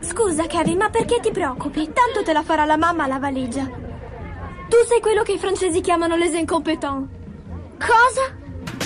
Scusa, Kevin, ma perché ti preoccupi? Tanto te la farà la mamma la valigia. Tu sei quello che i francesi chiamano les incompetents. Cosa?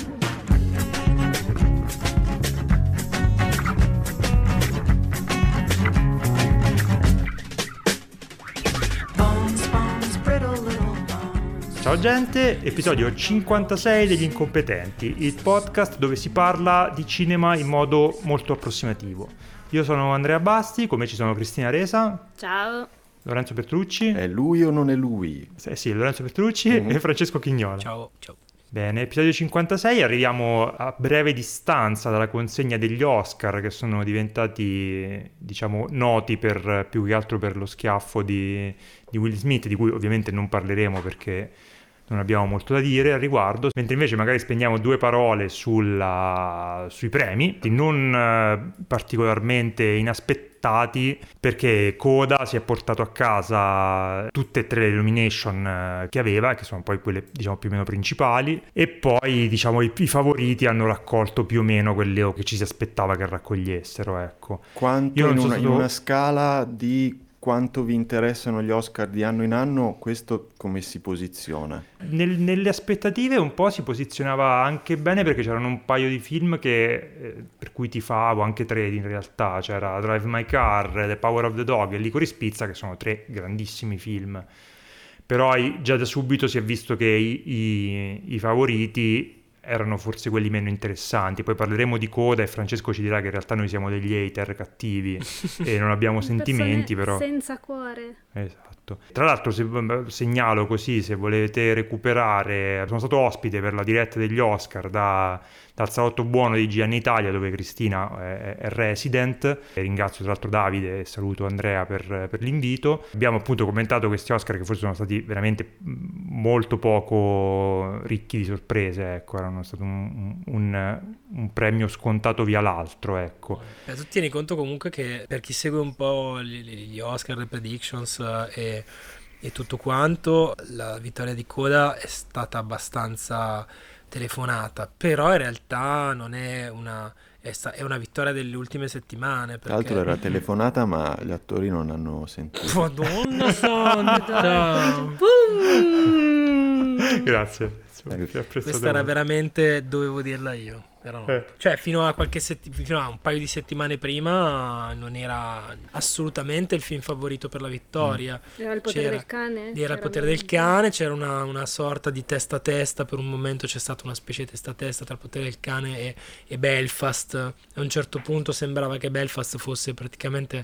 Ciao gente, episodio 56 degli Incompetenti, il podcast dove si parla di cinema in modo molto approssimativo. Io sono Andrea Basti, con me ci sono Cristina Resa. Ciao. Lorenzo Petrucci. È lui o non è lui? Sì, Lorenzo Petrucci e Francesco Chignola. Ciao. Bene, episodio 56, arriviamo a breve distanza dalla consegna degli Oscar che sono diventati, diciamo, noti per più che altro per lo schiaffo di Will Smith, di cui ovviamente non parleremo perché non abbiamo molto da dire al riguardo, mentre invece magari spendiamo due parole sui premi, non particolarmente inaspettati, perché Coda si è portato a casa tutte e tre le nomination che aveva, che sono poi quelle diciamo più o meno principali, e poi diciamo i favoriti hanno raccolto più o meno quello che ci si aspettava che raccogliessero, ecco. Quanto in una scala di quanto vi interessano gli Oscar di anno in anno, questo come si posiziona? Nelle aspettative un po' si posizionava anche bene, perché c'erano un paio di film per cui tifavo, anche tre in realtà. C'era Drive My Car, The Power of the Dog e Licorice Pizza, che sono tre grandissimi film. Però già da subito si è visto che i favoriti erano forse quelli meno interessanti. Poi parleremo di Coda e Francesco ci dirà che in realtà noi siamo degli hater cattivi e non abbiamo sentimenti, però senza cuore. Esatto. Tra l'altro segnalo così, se volete recuperare, sono stato ospite per la diretta degli Oscar dal Salotto Buono di GN Italia, dove Cristina è resident, e ringrazio tra l'altro Davide e saluto Andrea per l'invito. Abbiamo appunto commentato questi Oscar che forse sono stati veramente molto poco ricchi di sorprese, ecco, erano stato un premio scontato via l'altro, ecco. Tu tieni conto comunque che per chi segue un po' gli Oscar, le predictions e tutto quanto, la vittoria di Coda è stata abbastanza telefonata, però in realtà non è è una vittoria delle ultime settimane. Tra l'altro era telefonata, ma gli attori non hanno sentito. Madonna santa! Grazie. Questa era veramente, dovevo dirla io. Cioè fino a fino a un paio di settimane prima non era assolutamente il film favorito per la vittoria. Era il potere del cane. Era il potere del cane, c'era una sorta di testa a testa, per un momento c'è stata una specie di testa a testa tra il potere del cane e Belfast. A un certo punto sembrava che Belfast fosse praticamente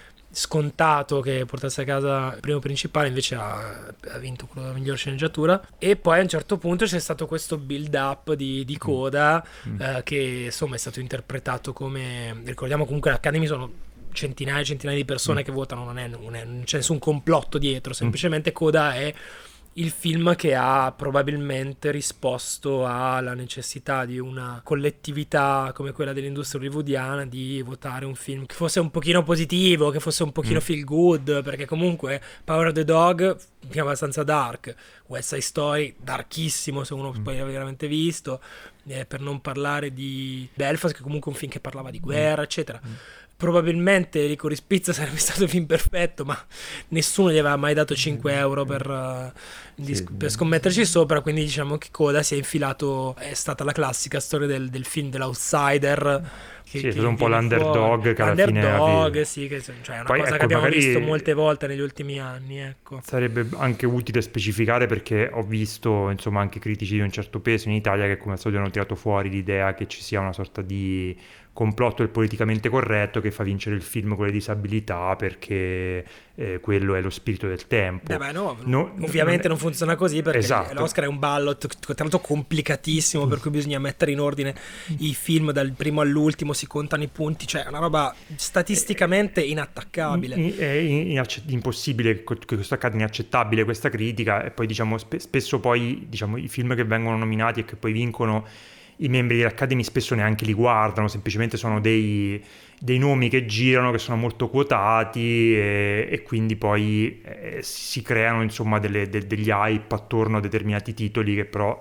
scontato che portasse a casa il primo principale, invece ha vinto quello della miglior sceneggiatura. E poi a un certo punto c'è stato questo build up di Coda che insomma è stato interpretato come, ricordiamo comunque l'Academy sono centinaia e centinaia di persone che votano, non c'è nessun complotto dietro, semplicemente Coda è il film che ha probabilmente risposto alla necessità di una collettività come quella dell'industria hollywoodiana di votare un film che fosse un pochino positivo, che fosse un pochino feel good, perché comunque Power of the Dog è abbastanza dark, West Side Story darkissimo se uno poi l'aveva veramente visto, per non parlare di Belfast che comunque è un film che parlava di guerra eccetera. Probabilmente Licorice Pizza sarebbe stato il film perfetto, ma nessuno gli aveva mai dato 5 euro per scommetterci sopra, quindi diciamo che Coda si è infilato, è stata la classica storia del film dell'outsider, è stato un po' l'underdog che alla fine sì, cioè è una poi, cosa che abbiamo visto molte volte negli ultimi anni, ecco. Sarebbe anche utile specificare, perché ho visto insomma anche critici di un certo peso in Italia che come al solito hanno tirato fuori l'idea che ci sia una sorta di complotto del politicamente corretto che fa vincere il film con le disabilità perché quello è lo spirito del tempo. Ovviamente non funziona così, perché esatto. L'Oscar è un ballot tra l'altro complicatissimo, per cui bisogna mettere in ordine i film dal primo all'ultimo, si contano i punti, cioè è una roba statisticamente inattaccabile. È impossibile che questo accada, inaccettabile questa critica. E poi diciamo spesso poi diciamo i film che vengono nominati e che poi vincono, i membri dell'Academy spesso neanche li guardano, semplicemente sono dei nomi che girano, che sono molto quotati e quindi poi si creano insomma degli hype attorno a determinati titoli che però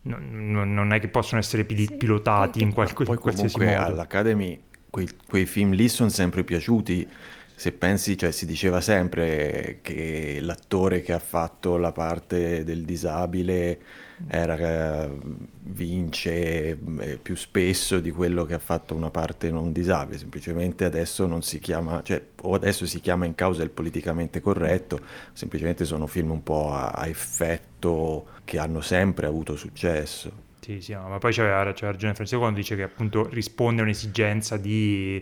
non è che possono essere pilotati in qualsiasi modo. Poi comunque all'Academy quei film lì sono sempre piaciuti. se pensi, cioè si diceva sempre che l'attore che ha fatto la parte del disabile vince più spesso di quello che ha fatto una parte non disabile, semplicemente adesso non si chiama, cioè o adesso si chiama in causa il politicamente corretto, semplicemente sono film un po' a effetto che hanno sempre avuto successo. Sì, no, ma poi c'aveva ragione Francesco quando dice che appunto risponde a un'esigenza di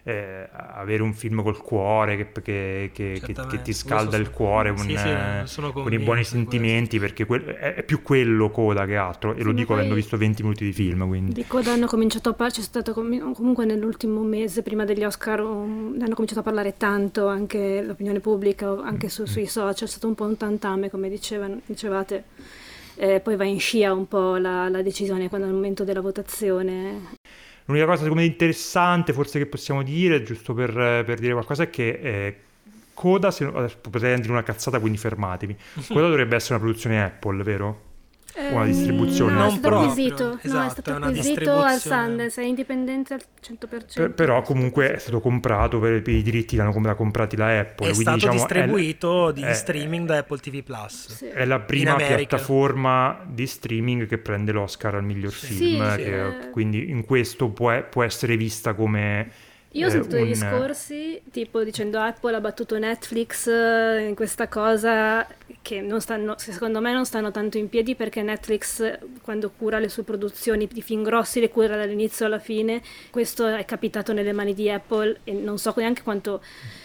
avere un film col cuore che ti scalda il cuore con i buoni sentimenti, perché è più quello Coda che altro, e lo dico avendo visto 20 minuti di film. Quindi di Coda hanno cominciato a parlare, c'è stato comunque nell'ultimo mese prima degli Oscar hanno cominciato a parlare tanto, anche l'opinione pubblica, anche sui social, è stato un po' un tantame, come dicevate. Poi va in scia un po' la decisione quando è il momento della votazione. L'unica cosa secondo me interessante forse che possiamo dire, giusto per dire qualcosa, è che Coda, adesso potrei dire una cazzata, quindi fermatevi, Coda dovrebbe essere una produzione Apple, vero? Una distribuzione. No, Non è stato acquisito, no, è stato acquisito al Sundance, è indipendente al 100%. Però comunque è stato comprato per i diritti, l'hanno comprati la Apple. È quindi, stato diciamo, distribuito di streaming da Apple TV Plus. Sì. È la prima piattaforma di streaming che prende l'Oscar al miglior film, quindi in questo può essere vista come... Io ho sentito dei discorsi tipo dicendo Apple ha battuto Netflix in questa cosa che secondo me non stanno tanto in piedi, perché Netflix quando cura le sue produzioni di film grossi le cura dall'inizio alla fine. Questo è capitato nelle mani di Apple e non so neanche quanto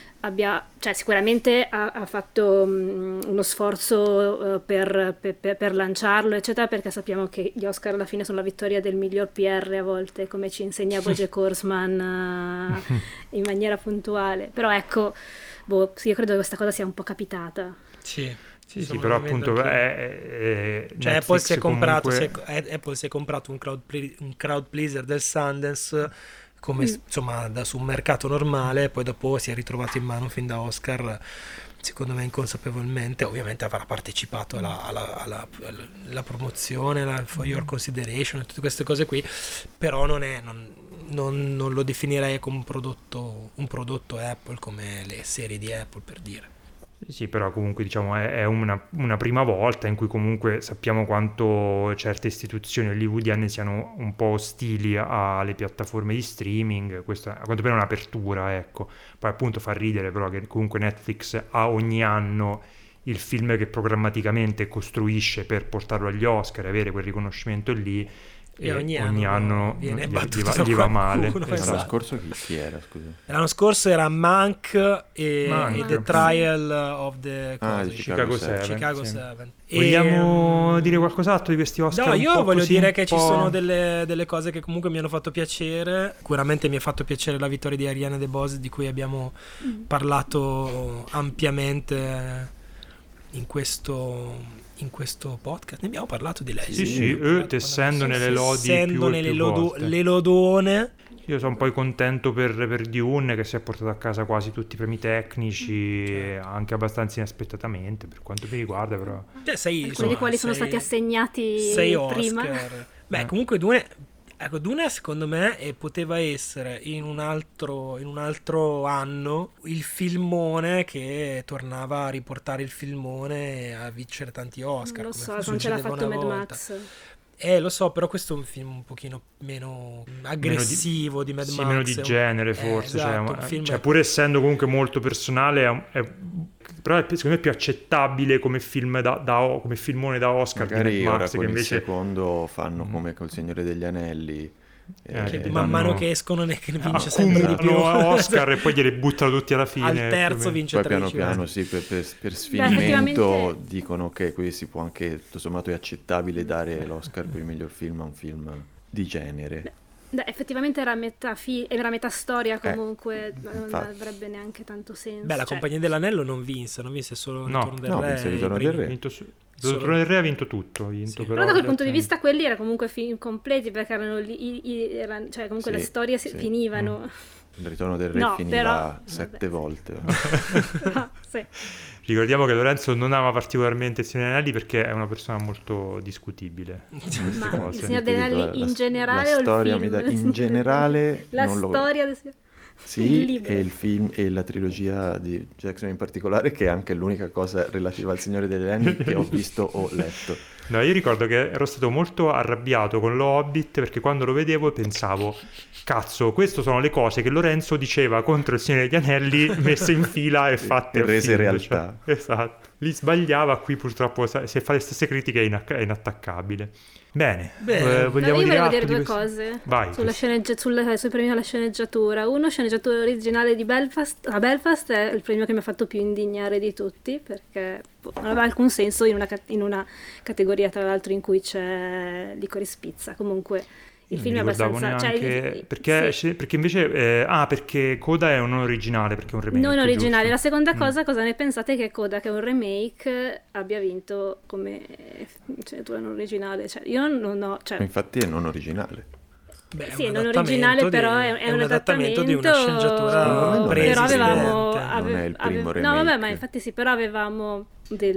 cioè sicuramente ha fatto uno sforzo per lanciarlo eccetera, perché sappiamo che gli Oscar alla fine sono la vittoria del miglior PR a volte, come ci insegna Bojack Horseman in maniera puntuale. Però ecco, io credo che questa cosa sia un po' capitata. Sì, però appunto cioè Apple si è comprato un crowd pleaser del Sundance come insomma su un mercato normale, poi dopo si è ritrovato in mano un film da Oscar, secondo me inconsapevolmente. Ovviamente avrà partecipato alla promozione, For Your Consideration e tutte queste cose qui, però non lo definirei come un prodotto Apple, come le serie di Apple, per dire. Sì, però comunque diciamo è una prima volta in cui comunque sappiamo quanto certe istituzioni hollywoodiane siano un po' ostili alle piattaforme di streaming. Questo è a quanto meno un'apertura, ecco. Poi appunto fa ridere però che comunque Netflix ha ogni anno il film che programmaticamente costruisce per portarlo agli Oscar e avere quel riconoscimento lì, e ogni anno viene gli va male. L'anno scorso chi era, scusa? L'anno scorso era Mank e The Trial of the Chicago 7. Chicago 7. Vogliamo dire qualcos'altro di questi Oscar? No, io voglio dire che ci sono delle cose che comunque mi hanno fatto piacere. Sicuramente mi ha fatto piacere la vittoria di Ariana DeBose, di cui abbiamo parlato ampiamente in questo podcast. Ne abbiamo parlato di lei. Sì, tessendo nelle lodi più volte. Le lodone. Io sono poi contento per Dune, che si è portato a casa quasi tutti i premi tecnici, anche abbastanza inaspettatamente per quanto mi riguarda, però alcuni dei quali sono stati assegnati 6 prima Oscar. Beh, comunque Dune secondo me poteva essere in un altro anno il filmone che tornava a riportare il filmone e a vincere tanti Oscar. Non lo so, non ce l'ha fatto Mad Max. Lo so, però questo è un film un pochino meno aggressivo di Mad Max. Meno di genere forse, esatto, cioè pur essendo comunque molto personale però secondo me è più accettabile come film come filmone da Oscar. Magari di Mad Max, ora con che invece il secondo fanno come col Signore degli Anelli, che man mano che escono ne vince sempre di più Oscar e poi glieli buttano tutti alla fine. Al terzo vince 13. Poi piano sì, per sfinimento dicono che si può anche, tutto sommato è accettabile dare l'Oscar per il miglior film a un film di genere. Effettivamente era metà storia, comunque non avrebbe neanche tanto senso. La Compagnia dell'Anello non vinse solo Ritorno del Re. Vinse Ritorno del Re. Ritorno del Re ha vinto tutto. Però da quel punto di vista quelli erano comunque film completi, perché erano lì, cioè comunque le storie finivano. Il Ritorno del Re finiva 7 volte. Sì. Ricordiamo che Lorenzo non ama particolarmente il Signore degli Anelli perché è una persona molto discutibile. Ma il Signore degli Anelli in generale la storia in generale la storia del Sì, e il film e la trilogia di Jackson in particolare, che è anche l'unica cosa relativa al Signore degli Anelli che ho visto o letto. No, io ricordo che ero stato molto arrabbiato con lo Hobbit perché quando lo vedevo pensavo, cazzo, queste sono le cose che Lorenzo diceva contro il Signore degli Anelli messe in fila e fatte al rese film, realtà. cioè, esatto. Lì sbagliava, qui purtroppo se fa le stesse critiche è inattaccabile. Bene, vogliamo io dire volevo altro dire di due questo? cose Vai. sui premi alla sceneggiatura. Uno, sceneggiatura originale di Belfast. A Belfast è il premio che mi ha fatto più indignare di tutti, perché non aveva alcun senso in una categoria, tra l'altro, in cui c'è Licorice Pizza. Comunque il film è abbastanza... Neanche... sì. perché invece... perché Coda è un non originale, perché è un remake, Non originale. giusto? La seconda cosa ne pensate che Coda, che è un remake, abbia vinto come sceneggiatura non originale? Cioè, io non ho... Cioè, Infatti è non originale. Beh, sì, è non originale, però è un adattamento di una sceneggiatura Non è però preesistente. avevamo Non è il primo no, vabbè, remake. ma infatti sì, però avevamo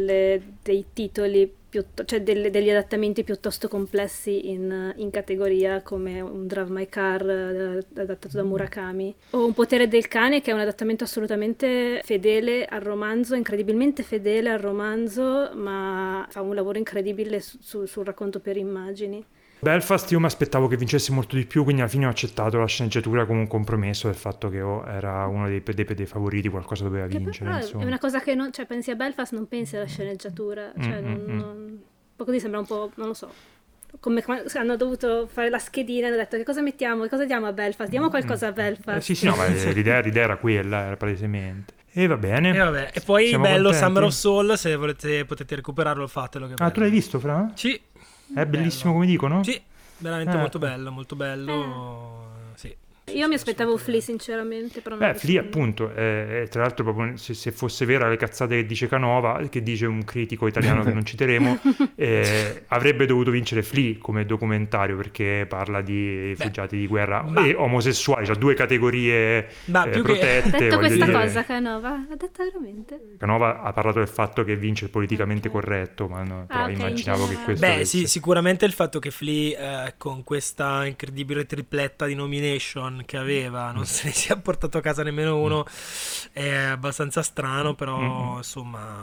dei titoli cioè degli adattamenti piuttosto complessi in categoria, come un Drive My Car adattato da Murakami, o Un Potere del Cane, che è un adattamento assolutamente fedele al romanzo, incredibilmente fedele al romanzo, ma fa un lavoro incredibile sul racconto per immagini. Belfast io mi aspettavo che vincesse molto di più, quindi alla fine ho accettato la sceneggiatura come un compromesso del fatto che era uno dei favoriti, qualcosa doveva Che vincere, però insomma. è una cosa che non, cioè, pensi a Belfast, non pensi alla sceneggiatura, cioè un po' così sembra un po', non lo so, come hanno dovuto fare la schedina e hanno detto che cosa mettiamo, che cosa diamo a Belfast, diamo qualcosa a Belfast. Sì, no, ma l'idea era quella, era palesemente. E va bene. E poi Siamo bello contenti? Summer of Soul, se volete potete recuperarlo, fatelo. Che Ah, tu l'hai visto, Fra? Sì. È bellissimo Bello. come dicono? Sì, veramente molto Ecco. bello, sì. Io mi aspettavo Flea, sinceramente, però non Flea lo so. appunto, tra l'altro proprio se fosse vera le cazzate che dice Canova, che dice un critico italiano che non citeremo, avrebbe dovuto vincere Flea come documentario, perché parla di rifugiati di guerra e omosessuali, cioè due categorie più che- protette. Ha detto voglio questa dire. cosa Canova? Ha detto veramente? Canova ha parlato del fatto che vince il politicamente corretto, ma però ok, immaginavo in che generale. questo Beh, avesse- sì, sicuramente il fatto che Flea con questa incredibile tripletta di nomination che aveva non se ne sia portato a casa nemmeno uno è abbastanza strano, però insomma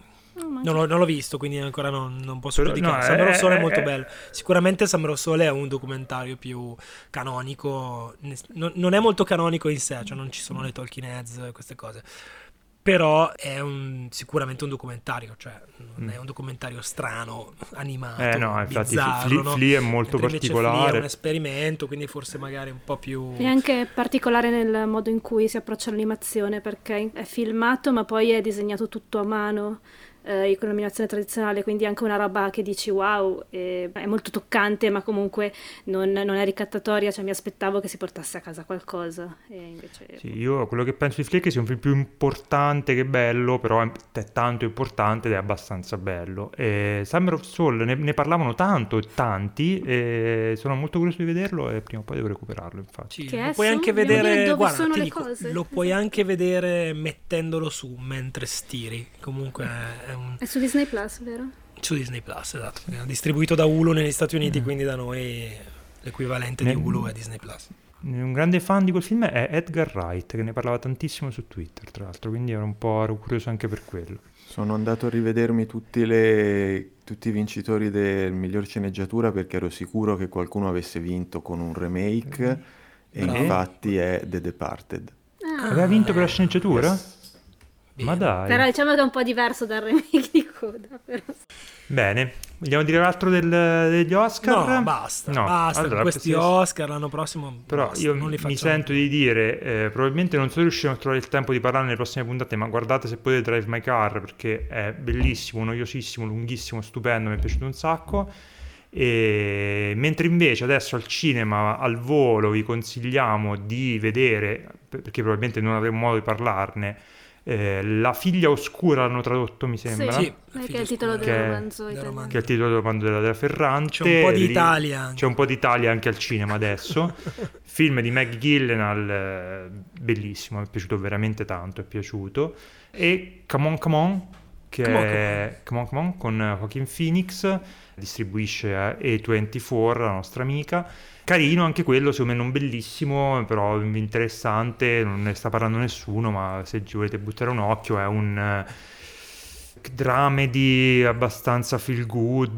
non l'ho visto, quindi ancora non posso Però, giudicare. no, Summer of Soul è molto bello. Sicuramente Summer of Soul è un documentario più canonico, non è molto canonico in sé, cioè non ci sono le Talking Heads, queste cose. Però è sicuramente un documentario, cioè non è un documentario strano, animato, no, infatti bizzarro, no? Flea è molto Mentre invece Flea particolare. è un esperimento, quindi forse magari un po' più... E anche particolare nel modo in cui si approccia l'animazione, perché è filmato ma poi è disegnato tutto a mano, con l'animazione tradizionale, quindi anche una roba che dici wow, è molto toccante, ma comunque non è ricattatoria, cioè mi aspettavo che si portasse a casa qualcosa, e invece... Sì, io quello che penso di Flea è che sia un film più importante che bello, però è tanto importante ed è abbastanza bello. E Summer of Soul ne parlavano tanti, e sono molto curioso di vederlo e prima o poi devo recuperarlo, infatti. Sì, Che lo è puoi su? anche Devo dire vedere, dove guarda, sono ti le dico, cose. lo puoi anche vedere mettendolo su mentre stiri. Comunque È su Disney Plus, vero? su Disney Plus, esatto. È distribuito da Hulu negli Stati Uniti, quindi da noi l'equivalente di Hulu è Disney Plus. Un grande fan di quel film è Edgar Wright, che ne parlava tantissimo su Twitter, tra l'altro, quindi ero curioso anche per quello. Sono andato a rivedermi tutti i vincitori del miglior sceneggiatura perché ero sicuro che qualcuno avesse vinto con un remake e Bravo. infatti è The Departed. Aveva vinto per la sceneggiatura? Yes. Ma dai. Però diciamo che è un po' diverso dal remake di Coda, però. Bene, vogliamo dire l'altro degli Oscar? No, basta. No, allora, questi sì, Oscar l'anno prossimo però basta, io non li mi facciamo sento più. di dire, probabilmente non so se riusciremo a trovare il tempo di parlare nelle prossime puntate, ma guardate se potete Drive My Car, perché è bellissimo, noiosissimo, lunghissimo, stupendo, mi è piaciuto un sacco. E mentre invece adesso al cinema, al volo, vi consigliamo di vedere, perché probabilmente non avremo modo di parlarne, La figlia oscura l'hanno tradotto, mi sembra. Sì, Che è il titolo del Che- romanzo del italiano. romanzo. Che è il titolo del romanzo della Ferrante. C'è un po' di Lì- Italia anche. C'è un po' di Italia anche al cinema adesso. Film di Maggie Gyllenhaal, bellissimo, mi è piaciuto veramente tanto, è piaciuto. E Come On, che è Come On con Joaquin Phoenix, distribuisce A24, la nostra amica. Carino anche quello, secondo me non bellissimo, però interessante, non ne sta parlando nessuno, ma se ci volete buttare un occhio è un dramedy abbastanza feel good,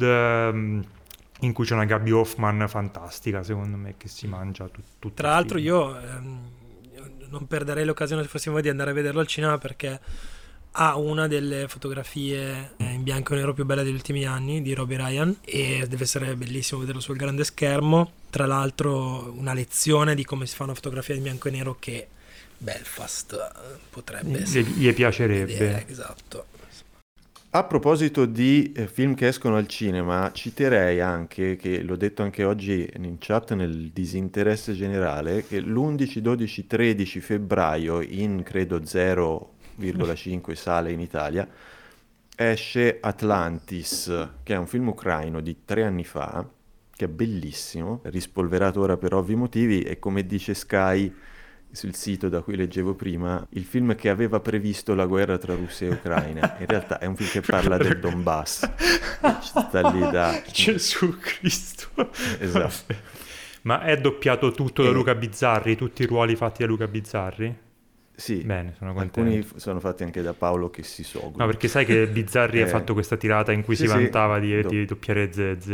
in cui c'è una Gaby Hoffman fantastica, secondo me, che si mangia tutto. Tra l'altro io non perderei l'occasione, se fossimo voi, di andare a vederlo al cinema, perché ha una delle fotografie in bianco e nero più belle degli ultimi anni di Robbie Ryan, e deve essere bellissimo vederlo sul grande schermo. Tra l'altro una lezione di come si fa una fotografia in bianco e nero che Belfast potrebbe gli piacerebbe vedere, esatto. A proposito di film che escono al cinema, citerei anche, che l'ho detto anche oggi in chat nel disinteresse generale, che l'11, 12, 13 febbraio in credo 0,5 sale in Italia esce Atlantis, che è un film ucraino di 3 anni fa, che è bellissimo, rispolverato ora per ovvi motivi, e come dice Sky sul sito da cui leggevo prima, il film che aveva previsto la guerra tra Russia e Ucraina. In realtà è un film che parla del Donbass. Sta lì da Gesù Cristo. Esatto. Ma è doppiato tutto da Luca Bizzarri, tutti i ruoli fatti da Luca Bizzarri? Sì, bene, sono contento. Alcuni sono fatti anche da Paolo Chessisoglu. No, perché sai che Bizzarri ha fatto questa tirata in cui si vantava di doppiare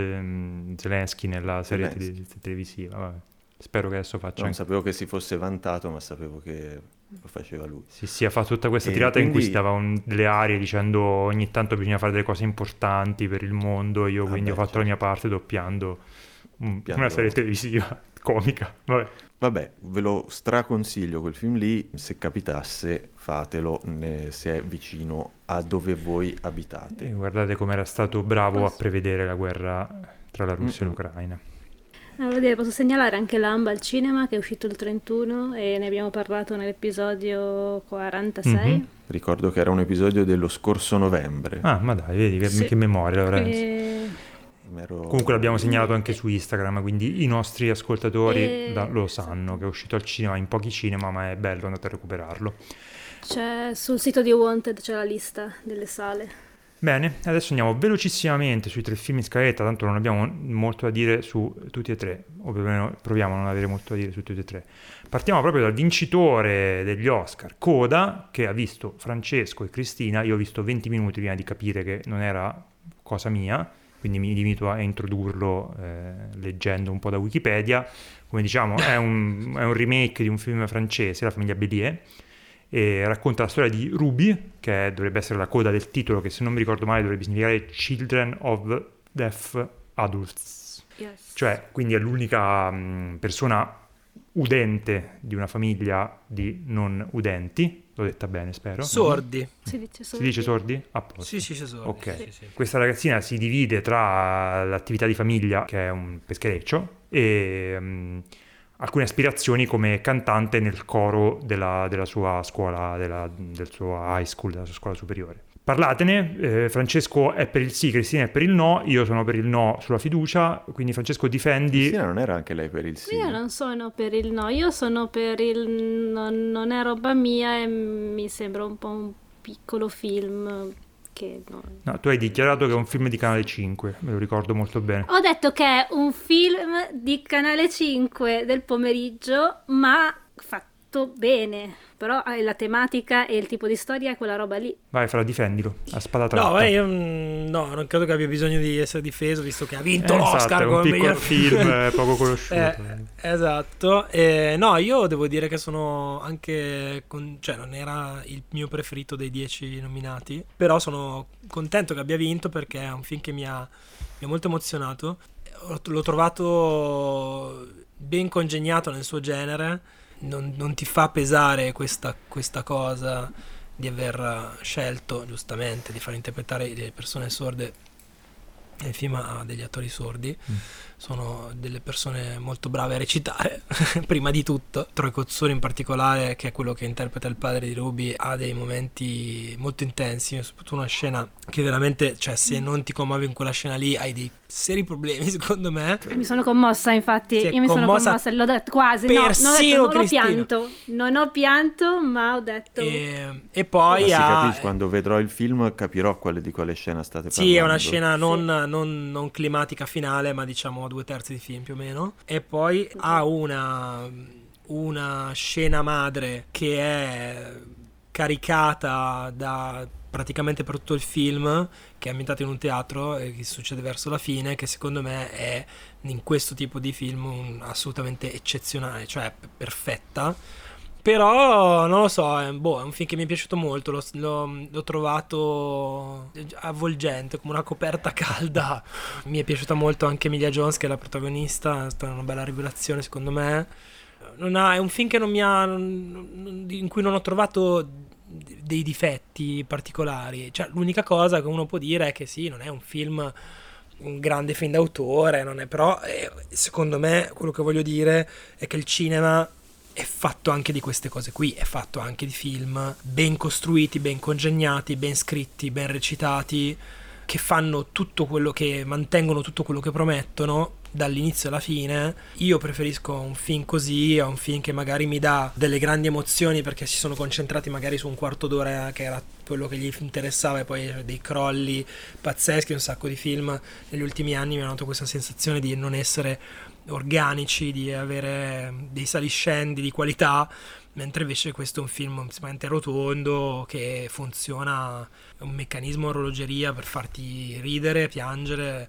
Zelensky nella serie televisiva. Vabbè. Spero che adesso faccia. Non sapevo che si fosse vantato, ma sapevo che lo faceva lui. Sì, ha fatto tutta questa tirata in cui si dava delle arie dicendo ogni tanto bisogna fare delle cose importanti per il mondo. Io quindi ho fatto la mia parte doppiando una serie televisiva comica. Vabbè, ve lo straconsiglio quel film lì, se capitasse fatelo se è vicino a dove voi abitate. Guardate come era stato bravo a prevedere la guerra tra la Russia e l'Ucraina. Posso segnalare anche Lamba al cinema, che è uscito il 31 e ne abbiamo parlato nell'episodio 46. Mm-hmm. Ricordo che era un episodio dello scorso novembre. Ah, ma dai, vedi che memoria, Lorenzo. Comunque l'abbiamo segnalato anche su Instagram, quindi i nostri ascoltatori lo sanno che è uscito al cinema, in pochi cinema, ma è bello, andate a recuperarlo. C'è sul sito di Wanted, c'è la lista delle sale. Bene, adesso andiamo velocissimamente sui 3 film in scaletta, tanto non abbiamo molto da dire su tutti e 3, o perlomeno proviamo a non avere molto da dire su tutti e 3. Partiamo proprio dal vincitore degli Oscar, Coda, che ha visto Francesco e Cristina. Io ho visto 20 minuti prima di capire che non era cosa mia, quindi mi limito a introdurlo leggendo un po' da Wikipedia. Come diciamo è un remake di un film francese, La famiglia Bélier, e racconta la storia di Ruby, che dovrebbe essere la coda del titolo, che se non mi ricordo male dovrebbe significare Children of Deaf Adults. Yes. Cioè, quindi è l'unica persona udente di una famiglia di non udenti. L'ho detta bene, spero. Sordi. Si dice sordi. Si dice sordi? A posto. Sì, si dice sordi. Ok. Sì. Questa ragazzina si divide tra l'attività di famiglia, che è un peschereccio, e alcune aspirazioni come cantante nel coro della sua scuola, del suo high school, della sua scuola superiore. Parlatene, Francesco è per il sì, Cristina è per il no, io sono per il no sulla fiducia, quindi Francesco difendi... Cristina non era anche lei per il sì? Io non sono per il no, io sono per il non è roba mia e mi sembra un po' un piccolo film che... No, tu hai dichiarato che è un film di Canale 5, me lo ricordo molto bene. Ho detto che è un film di Canale 5 del pomeriggio, ma fatto bene. Però la tematica e il tipo di storia è quella roba lì. Vai, Fra, difendilo, a spada tratta. No, io non credo che abbia bisogno di essere difeso, visto che ha vinto l'Oscar è un piccolo film poco conosciuto. Esatto. No, io devo dire che sono anche... cioè, non era il mio preferito dei 10 nominati, però sono contento che abbia vinto, perché è un film che mi ha molto emozionato. L'ho trovato ben congegnato nel suo genere. Non ti fa pesare questa cosa di aver scelto giustamente di far interpretare le persone sorde nel film a degli attori sordi. sono delle persone molto brave a recitare, prima di tutto. Troy Kotsur in particolare, che è quello che interpreta il padre di Ruby, ha dei momenti molto intensi, soprattutto una scena che veramente, cioè, se non ti commuovi in quella scena lì hai dei seri problemi, secondo me. Mi sono commossa, infatti. Io mi sono commossa, l'ho detto quasi. Persino non ho pianto, ma ho detto. E poi capisce, quando vedrò il film capirò di quale scena state parlando. Sì, è una scena non climatica finale, ma diciamo 2/3 di film più o meno. E poi ha una scena madre che è caricata da praticamente per tutto il film, che è ambientato in un teatro e che succede verso la fine, che secondo me è in questo tipo di film assolutamente eccezionale, cioè perfetta. Però non lo so, è un film che mi è piaciuto molto, l'ho trovato avvolgente, come una coperta calda. Mi è piaciuta molto anche Emilia Jones, che è la protagonista, è stata una bella rivelazione secondo me. È un film che in cui non ho trovato dei difetti particolari, cioè l'unica cosa che uno può dire è che sì, non è un film, un grande film d'autore, non è, però secondo me quello che voglio dire è che il cinema è fatto anche di queste cose qui, è fatto anche di film ben costruiti, ben congegnati, ben scritti, ben recitati, che fanno tutto quello che mantengono tutto quello che promettono dall'inizio alla fine. Io preferisco un film così a un film che magari mi dà delle grandi emozioni perché si sono concentrati magari su un quarto d'ora che era quello che gli interessava, e poi dei crolli pazzeschi. Un sacco di film negli ultimi anni mi hanno dato questa sensazione di non essere organici, di avere dei saliscendi di qualità, mentre invece questo è un film semplicemente rotondo che funziona, è un meccanismo orologeria per farti ridere, piangere,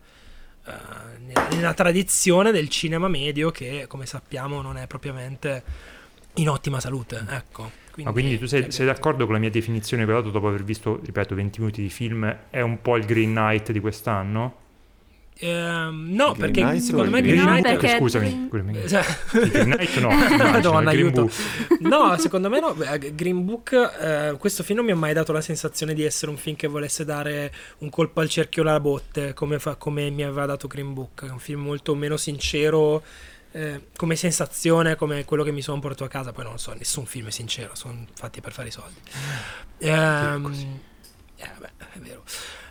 nella tradizione del cinema medio che, come sappiamo, non è propriamente in ottima salute, ecco. Quindi tu sei d'accordo con la mia definizione che ho dato dopo aver visto, ripeto, 20 minuti di film? È un po' il Green Knight di quest'anno? No, perché secondo me Green Knight, scusami, Green Knight Madonna, aiuto. No, secondo me no. Green Book, questo film non mi ha mai dato la sensazione di essere un film che volesse dare un colpo al cerchio alla botte come mi aveva dato Green Book. È un film molto meno sincero come sensazione, come quello che mi sono portato a casa. Poi non lo so, nessun film è sincero, sono fatti per fare i soldi. Vabbè, è vero.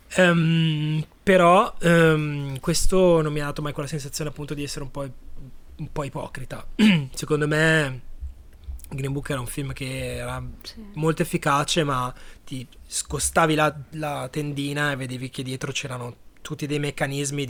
Però questo non mi ha dato mai quella sensazione, appunto, di essere un po' ipocrita. Secondo me Green Book era un film che era molto efficace, ma ti scostavi la tendina e vedevi che dietro c'erano tutti dei meccanismi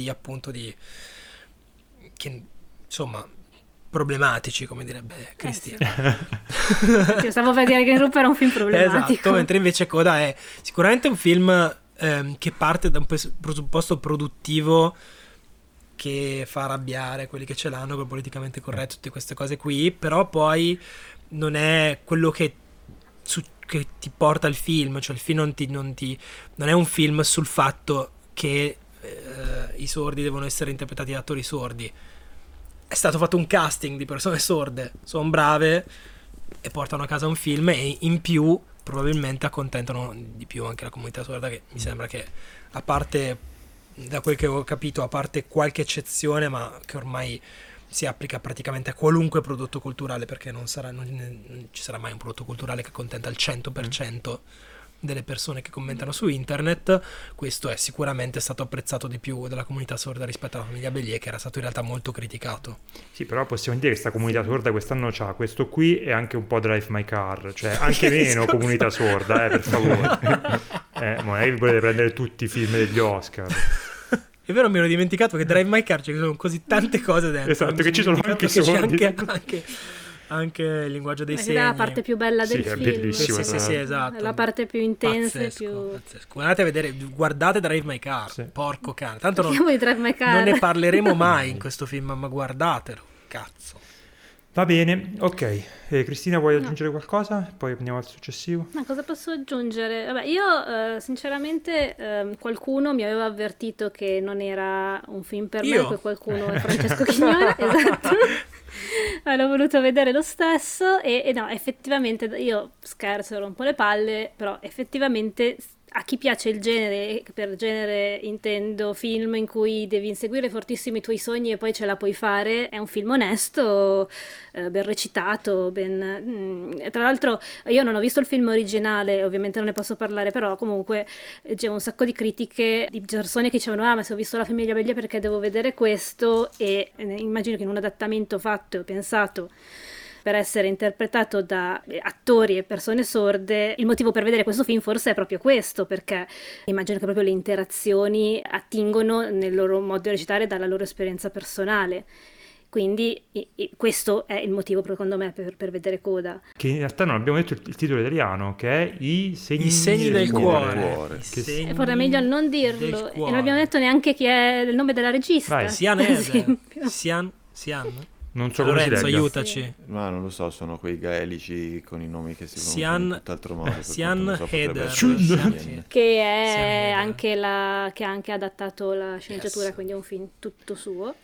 che insomma problematici, come direbbe Cristina. Io stavo per dire che Green Book era un film problematico. Esatto, mentre invece Coda è sicuramente un film che parte da un presupposto produttivo che fa arrabbiare quelli che ce l'hanno col politicamente corretto, tutte queste cose qui, però poi non è quello che ti porta al film, cioè il film non è un film sul fatto che i sordi devono essere interpretati da attori sordi. È stato fatto un casting di persone sorde, sono brave e portano a casa un film, e in più probabilmente accontentano di più anche la comunità sorda, che mi sembra che, a parte, da quel che ho capito, a parte qualche eccezione, ma che ormai si applica praticamente a qualunque prodotto culturale, perché non ci sarà mai un prodotto culturale che accontenta il 100% delle persone che commentano su internet. Questo è sicuramente stato apprezzato di più dalla comunità sorda rispetto alla famiglia Bélier, che era stato in realtà molto criticato. Sì, però possiamo dire che questa comunità sorda quest'anno c'ha questo qui e anche un po' Drive My Car, cioè anche meno comunità sorda, per favore. Magari volete prendere tutti i film degli Oscar. È vero, mi ero dimenticato che Drive My Car ci sono così tante cose dentro. Esatto, che ci sono anche sordi. Anche il linguaggio dei segni. È la parte più bella del film. È bellissimo. Sì, esatto. È la parte più intensa. Pazzesco. Andate a vedere, guardate Drive My Car. Sì. Porco cane. Tanto non ne parleremo mai in questo film, ma guardatelo. Cazzo. Va bene, ok. Cristina, vuoi aggiungere qualcosa? Poi andiamo al successivo. Ma cosa posso aggiungere? Vabbè, io sinceramente qualcuno mi aveva avvertito che non era un film per me, quel qualcuno è Francesco Chignone. Esatto. L'ho voluto vedere lo stesso e no, effettivamente io scherzo, rompo le palle, però effettivamente a chi piace il genere, per genere intendo film in cui devi inseguire fortissimi i tuoi sogni e poi ce la puoi fare, è un film onesto, ben recitato, tra l'altro io non ho visto il film originale, ovviamente non ne posso parlare, però comunque c'è un sacco di critiche di persone che dicevano ma se ho visto La famiglia Bélier perché devo vedere questo, e immagino che in un adattamento fatto e pensato per essere interpretato da attori e persone sorde, il motivo per vedere questo film forse è proprio questo, perché immagino che proprio le interazioni attingono nel loro modo di recitare dalla loro esperienza personale. Quindi questo è il motivo, secondo me, per vedere Coda. Che in realtà non abbiamo detto il titolo italiano, che è I segni del cuore. Forse è meglio non dirlo. E non abbiamo detto neanche chi è il nome della regista. Vai. Sian Heder. Sian? Non so come Lorenzo, si legga. aiutaci. Ma non lo so, sono quei gaelici con i nomi che si pronunciano Sian- in tutt'altro modo. per Sian quanto ne so, potrebbe Heder. essere Sian- Sian. Che è Sian Heder. anche che ha anche adattato la sceneggiatura, Yes. quindi è un film tutto suo.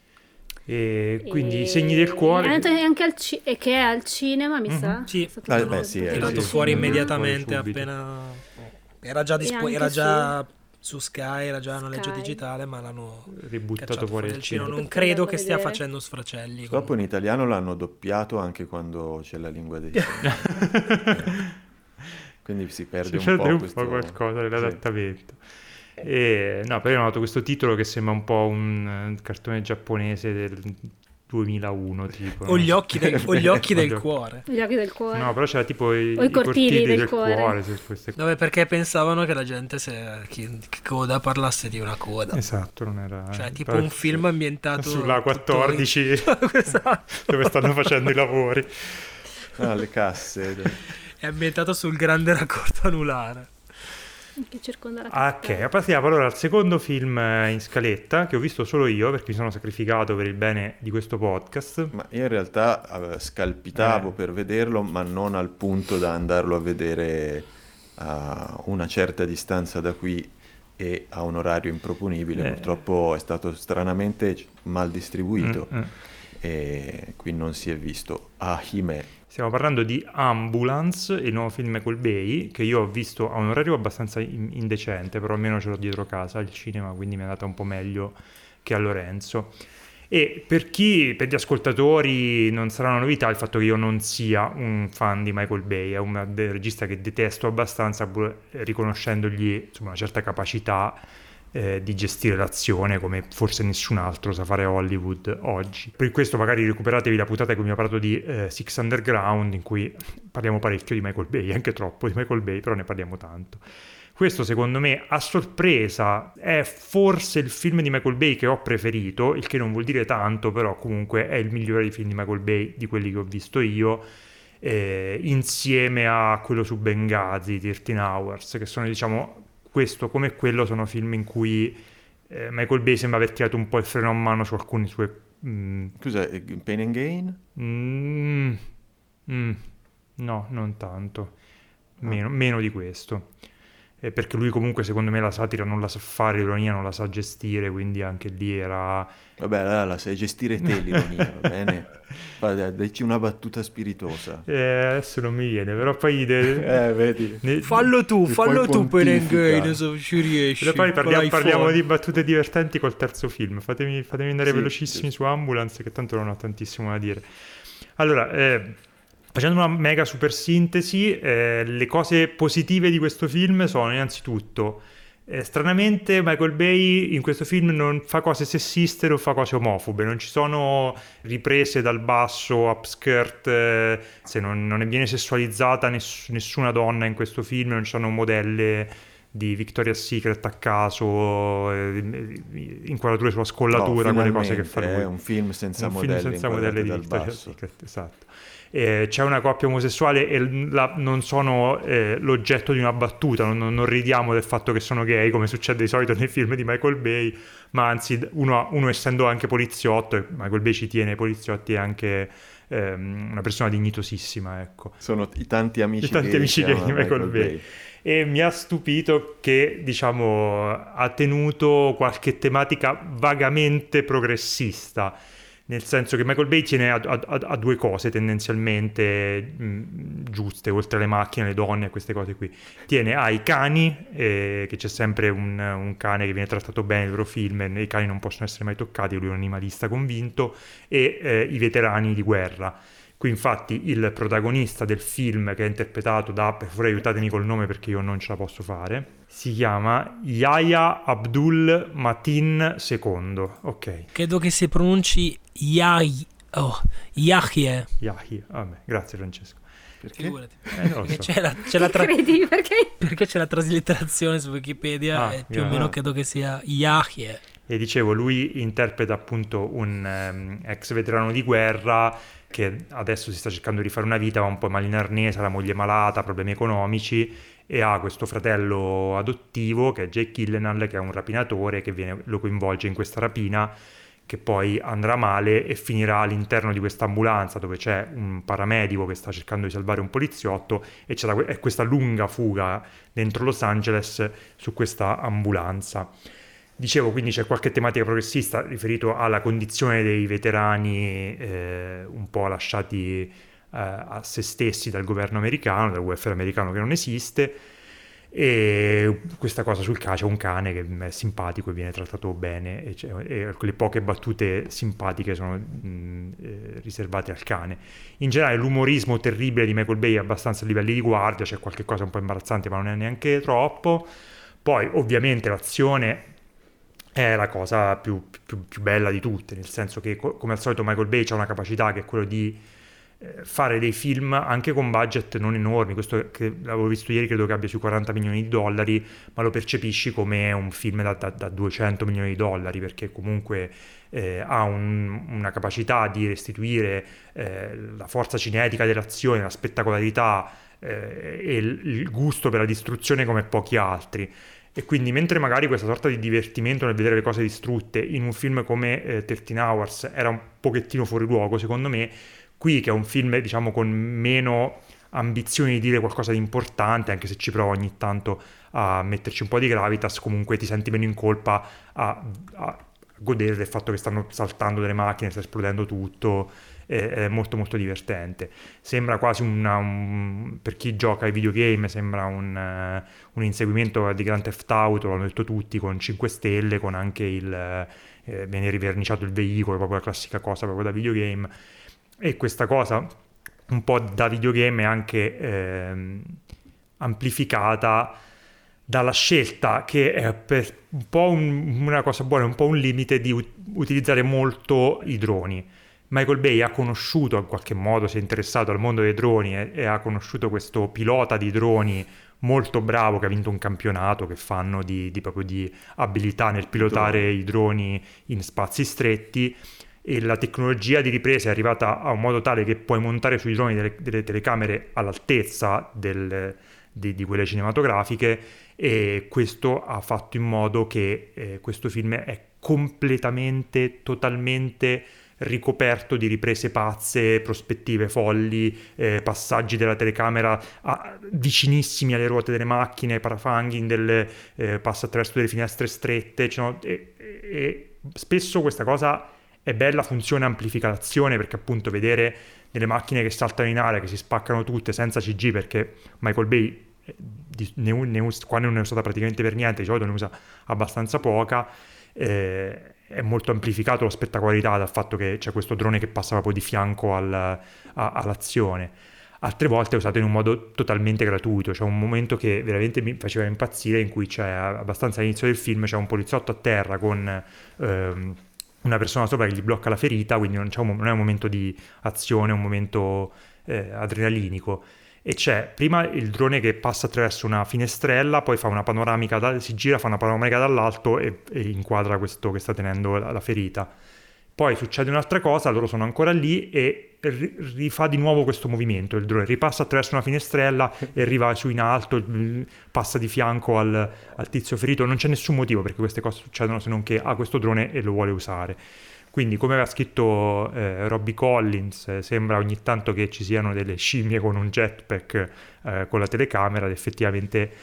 E quindi I segni del cuore. Anche e che è al cinema, mi sa. Sì. È stato Ah, tirato- beh, sì, È sì, andato sì, fuori sì. immediatamente Fuori subito. appena era già anche era già su Sky, era già a noleggio Sky. digitale, ma l'hanno Ributtato cacciato fuori dal al cinema. cinema. Non credo che stia Vedere. facendo sfracelli. Dopo in italiano l'hanno doppiato anche quando c'è la lingua dei segni. Quindi si perde Si un perde po' un questo... po' qualcosa Sì. nell'adattamento. No, però io ho notato questo titolo che sembra un po' un cartone giapponese del 2001 tipo. O gli no? occhi del cuore. Gli occhi del cuore. No, però c'era tipo i O i cortili del cuore. cuore. Queste cose. Dove perché pensavano che la gente che Coda parlasse di una coda. Esatto, non era... Cioè, tipo però- un film ambientato sulla tutto 14 Esatto. dove stanno facendo i lavori. Ah, le casse. È ambientato sul grande raccordo anulare. Che circonda la Ok, città. passiamo allora al secondo film in scaletta che ho visto solo io perché mi sono sacrificato per il bene di questo podcast. Ma io in realtà scalpitavo Eh. per vederlo, ma non al punto da andarlo a vedere a una certa distanza da qui e a un orario improponibile. Purtroppo è stato stranamente mal distribuito e qui non si è visto. Ahimè. Stiamo parlando di Ambulance, il nuovo film Michael Bay, che io ho visto a un orario abbastanza indecente, però almeno ce l'ho dietro casa al cinema, quindi mi è andata un po' meglio che a Lorenzo. E per gli ascoltatori non sarà una novità il fatto che io non sia un fan di Michael Bay, è un regista che detesto abbastanza, pur riconoscendogli insomma, una certa capacità di gestire l'azione come forse nessun altro sa fare a Hollywood oggi. Per questo magari recuperatevi la puntata in cui mi ha parlato di Six Underground, in cui parliamo parecchio di Michael Bay, anche troppo di Michael Bay, però ne parliamo tanto. Questo secondo me a sorpresa è forse il film di Michael Bay che ho preferito, il che non vuol dire tanto, però comunque è il migliore dei film di Michael Bay di quelli che ho visto io, insieme a quello su Benghazi, 13 Hours, che sono diciamo questo come quello sono film in cui Michael Bay sembra aver tirato un po' il freno a mano su alcune sue... Scusa, Pain and Gain? No, non tanto. Meno di questo. Perché lui comunque secondo me la satira non la sa fare, l'ironia non la sa gestire, quindi anche lì era... Vabbè, allora la sai gestire te l'ironia, va bene? Daici una battuta spiritosa. adesso non mi viene, però poi... Vedi. Fallo tu E poi Pain and pontifica. Gain, se ci riesci. Però poi con parliamo l'iPhone. di battute divertenti col terzo film. Fatemi andare Sì, velocissimi sì. su Ambulance, che tanto non ho tantissimo da dire. Allora, facendo una mega super sintesi, le cose positive di questo film sono innanzitutto, stranamente Michael Bay in questo film non fa cose sessiste, non fa cose omofobe, non ci sono riprese dal basso, upskirt, se non ne viene sessualizzata nessuna donna in questo film, non ci sono modelle di Victoria's Secret a caso, inquadrature sulla scollatura, No, quelle cose che fa lui. È un film senza Un modelli, film senza modelli di dal Victoria's basso. Secret, esatto. C'è una coppia omosessuale e non sono l'oggetto di una battuta, non ridiamo del fatto che sono gay come succede di solito nei film di Michael Bay, ma anzi uno essendo anche poliziotto, e Michael Bay ci tiene ai poliziotti, è anche una persona dignitosissima, ecco. Sono i tanti amici gay di Michael Bay. E mi ha stupito che, diciamo, ha tenuto qualche tematica vagamente progressista, nel senso che Michael Bay tiene a due cose tendenzialmente giuste, oltre alle macchine, alle donne e queste cose qui. Tiene ai cani, che c'è sempre un cane che viene trattato bene nei loro film, e i cani non possono essere mai toccati, lui è un animalista convinto, e i veterani di guerra. Qui infatti il protagonista del film, che è interpretato da, per favore aiutatemi col nome perché io non ce la posso fare, si chiama Yahya Abdul Mateen II, ok. Credo che si pronunci Yahya. Yahya, vabbè, grazie Francesco. Perché? Figurati. Non lo so. C'è la Credi? Perché? perché c'è la traslitterazione su Wikipedia e più o meno credo che sia Yahya. E dicevo, lui interpreta appunto un ex veterano di guerra che adesso si sta cercando di fare una vita, va un po' mal in arnese, la moglie malata, problemi economici, e ha questo fratello adottivo che è Jake Gyllenhaal, che è un rapinatore che lo coinvolge in questa rapina, che poi andrà male e finirà all'interno di questa ambulanza dove c'è un paramedico che sta cercando di salvare un poliziotto, e c'è questa lunga fuga dentro Los Angeles su questa ambulanza. Dicevo, quindi c'è qualche tematica progressista riferito alla condizione dei veterani un po' lasciati a se stessi dal governo americano, dal welfare americano che non esiste, e questa cosa sul cane, c'è un cane che è simpatico e viene trattato bene, e quelle poche battute simpatiche sono riservate al cane. In generale l'umorismo terribile di Michael Bay è abbastanza a livelli di guardia, c'è qualche cosa un po' imbarazzante ma non è neanche troppo. Poi ovviamente l'azione è la cosa più bella di tutte, nel senso che come al solito Michael Bay ha una capacità che è quello di fare dei film anche con budget non enormi. Questo che l'avevo visto ieri, credo che abbia sui 40 milioni di dollari, ma lo percepisci come un film da 200 milioni di dollari, perché comunque ha una capacità di restituire la forza cinetica dell'azione, la spettacolarità e il gusto per la distruzione come pochi altri. E quindi mentre magari questa sorta di divertimento nel vedere le cose distrutte in un film come 13 Hours era un pochettino fuori luogo, secondo me, qui che è un film diciamo con meno ambizioni di dire qualcosa di importante, anche se ci prova ogni tanto a metterci un po' di gravitas, comunque ti senti meno in colpa a godere del fatto che stanno saltando delle macchine, sta esplodendo tutto, è molto molto divertente. Sembra quasi per chi gioca ai videogame sembra un inseguimento di Grand Theft Auto, l'hanno detto tutti, con 5 stelle, con anche viene riverniciato il veicolo, proprio la classica cosa proprio da videogame. E questa cosa un po' da videogame è anche amplificata dalla scelta, che è per un po' una cosa buona, un po' un limite, di utilizzare molto i droni. Michael Bay ha conosciuto, in qualche modo si è interessato al mondo dei droni e ha conosciuto questo pilota di droni molto bravo che ha vinto un campionato che fanno proprio di abilità nel pilotare i droni in spazi stretti, e la tecnologia di ripresa è arrivata a un modo tale che puoi montare sui droni delle telecamere all'altezza di quelle cinematografiche, e questo ha fatto in modo che questo film è completamente, totalmente ricoperto di riprese pazze, prospettive folli, passaggi della telecamera vicinissimi alle ruote delle macchine, parafanghi passa attraverso delle finestre strette, e spesso questa cosa è bella, funziona, amplifica l'azione, perché appunto vedere delle macchine che saltano in aria, che si spaccano tutte senza CG, perché Michael Bay qua non ne è usata praticamente per niente, di solito ne usa abbastanza poca, è molto amplificato la spettacolarità dal fatto che c'è questo drone che passa proprio di fianco all'azione. Altre volte è usato in un modo totalmente gratuito. C'è un momento che veramente mi faceva impazzire, in cui c'è abbastanza all'inizio del film, c'è un poliziotto a terra con una persona sopra che gli blocca la ferita, quindi non è un momento di azione, è un momento adrenalinico, e c'è prima il drone che passa attraverso una finestrella, poi fa una panoramica, si gira, fa una panoramica dall'alto e inquadra questo che sta tenendo la ferita. Poi succede un'altra cosa, loro sono ancora lì e rifà di nuovo questo movimento, il drone ripassa attraverso una finestrella e arriva su in alto, passa di fianco al tizio ferito. Non c'è nessun motivo perché queste cose succedono, se non che ha questo drone e lo vuole usare. Quindi, come aveva scritto Robbie Collins, sembra ogni tanto che ci siano delle scimmie con un jetpack con la telecamera, ed effettivamente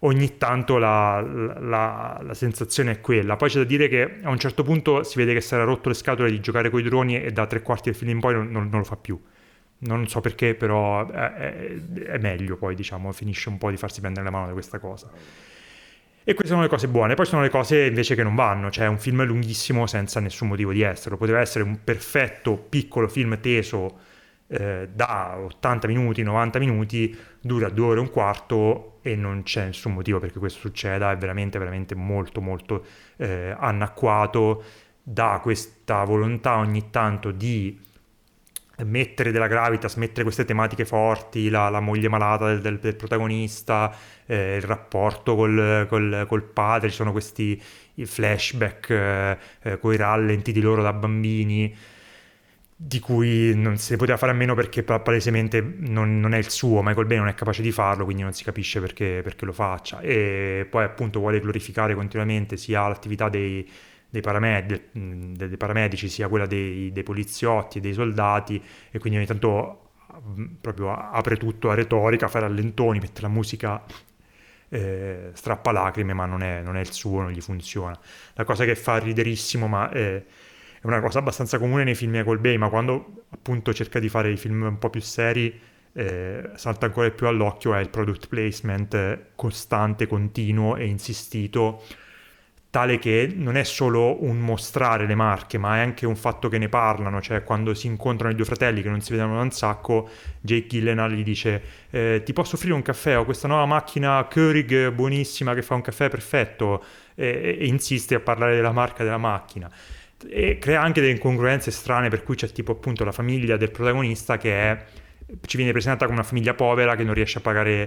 ogni tanto la sensazione è quella. Poi c'è da dire che a un certo punto si vede che si era rotto le scatole di giocare coi droni e da 3/4 del film in poi non lo fa più. Non so perché, però è meglio poi, diciamo, finisce un po' di farsi prendere la mano da questa cosa. E queste sono le cose buone. Poi sono le cose invece che non vanno. Cioè, è un film lunghissimo senza nessun motivo di esserlo. Poteva essere un perfetto piccolo film teso da 80 minuti, 90 minuti, dura 2 ore e un quarto e non c'è nessun motivo perché questo succeda. È veramente, veramente molto, molto anacquato, da questa volontà ogni tanto di mettere della gravitas, mettere queste tematiche forti, la moglie malata del protagonista, il rapporto col padre, ci sono questi i flashback con i rallenti di loro da bambini, di cui non si poteva fare a meno perché palesemente non è il suo, Michael Bay non è capace di farlo, quindi non si capisce perché lo faccia. E poi appunto vuole glorificare continuamente sia l'attività dei paramedici, sia quella dei poliziotti e dei soldati, e quindi ogni tanto proprio apre tutto a retorica, fa rallentoni, mette la musica strappalacrime, ma non è il suo, non gli funziona. La cosa che fa riderissimo, ma è una cosa abbastanza comune nei film di Michael Bay, ma quando appunto cerca di fare i film un po' più seri salta ancora più all'occhio, è il product placement costante, continuo e insistito, tale che non è solo un mostrare le marche, ma è anche un fatto che ne parlano. Cioè, quando si incontrano i due fratelli che non si vedono da un sacco, Jake Gyllenhaal gli dice ti posso offrire un caffè? Ho questa nuova macchina Keurig buonissima che fa un caffè perfetto, e insiste a parlare della marca della macchina, e crea anche delle incongruenze strane, per cui c'è tipo appunto la famiglia del protagonista che ci viene presentata come una famiglia povera che non riesce a pagare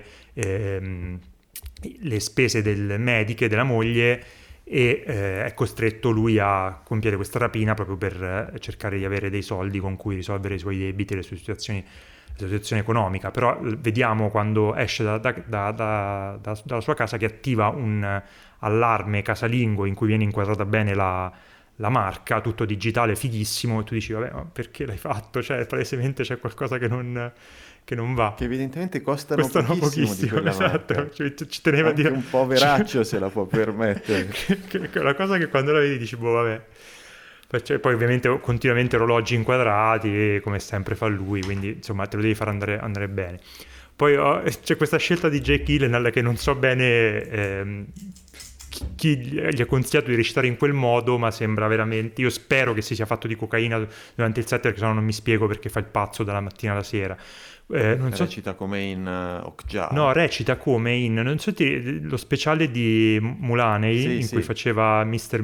le spese mediche della moglie, e è costretto lui a compiere questa rapina proprio per cercare di avere dei soldi con cui risolvere i suoi debiti e la sua situazione economica. Però vediamo quando esce dalla sua casa che attiva un allarme casalingo in cui viene inquadrata bene la marca, tutto digitale, fighissimo, e tu dici vabbè, ma perché l'hai fatto? Cioè palesemente c'è qualcosa che non va. Che evidentemente costano pochissimo di quella esatto, marca. Ci teneva a dire un poveraccio se la può permettere. La cosa che quando la vedi dici boh vabbè. Poi ovviamente continuamente orologi inquadrati, come sempre fa lui, quindi insomma te lo devi far andare bene. Poi c'è questa scelta di Jake Gyllenhaal che non so bene chi gli ha consigliato di recitare in quel modo, ma sembra veramente, io spero che si sia fatto di cocaina durante il set, perché sennò non mi spiego perché fa il pazzo dalla mattina alla sera. Recita come in Okja. No, recita come in, non so lo speciale di Mulaney, in cui faceva Mr.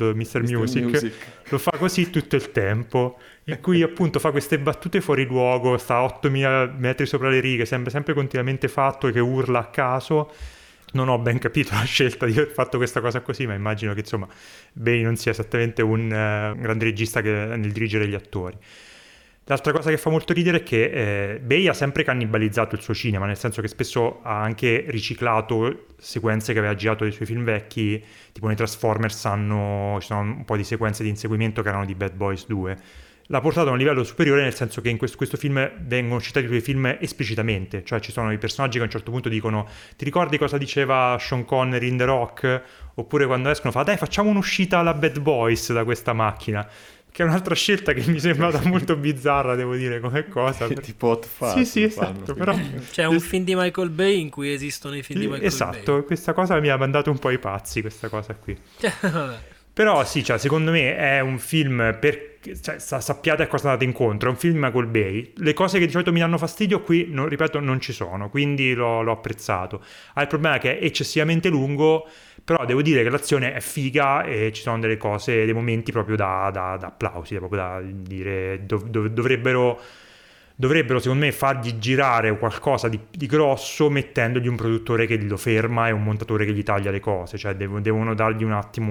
Music, lo fa così tutto il tempo, in cui appunto fa queste battute fuori luogo, sta a 8000 metri sopra le righe, sembra sempre continuamente fatto, che urla a caso. Non ho ben capito la scelta di aver fatto questa cosa così, ma immagino che insomma Bay non sia esattamente un grande regista nel dirigere gli attori. L'altra cosa che fa molto ridere è che Bay ha sempre cannibalizzato il suo cinema, nel senso che spesso ha anche riciclato sequenze che aveva girato dei suoi film vecchi, tipo nei Transformers ci sono un po' di sequenze di inseguimento che erano di Bad Boys 2. L'ha portato a un livello superiore, nel senso che in questo film vengono citati i suoi film esplicitamente, cioè ci sono i personaggi che a un certo punto dicono ti ricordi cosa diceva Sean Connery in The Rock? Oppure quando escono fa dai facciamo un'uscita alla Bad Boys da questa macchina, che è un'altra scelta che mi sembrava molto bizzarra, devo dire, come cosa. Tipo Hot Fuzz. Sì, esatto, però c'è un film di Michael Bay in cui esistono i film di Michael Bay. Esatto, questa cosa mi ha mandato un po' ai pazzi, questa cosa qui. Però sì, cioè, secondo me è un film sappiate a cosa andate incontro, è un film Michael Bay. Le cose che di solito mi danno fastidio qui, ripeto, non ci sono, quindi l'ho apprezzato. Il problema è che è eccessivamente lungo, però devo dire che l'azione è figa e ci sono delle cose, dei momenti proprio da applausi, proprio da dire dovrebbero secondo me fargli girare qualcosa di grosso, mettendogli un produttore che lo ferma e un montatore che gli taglia le cose, cioè devono dargli un attimo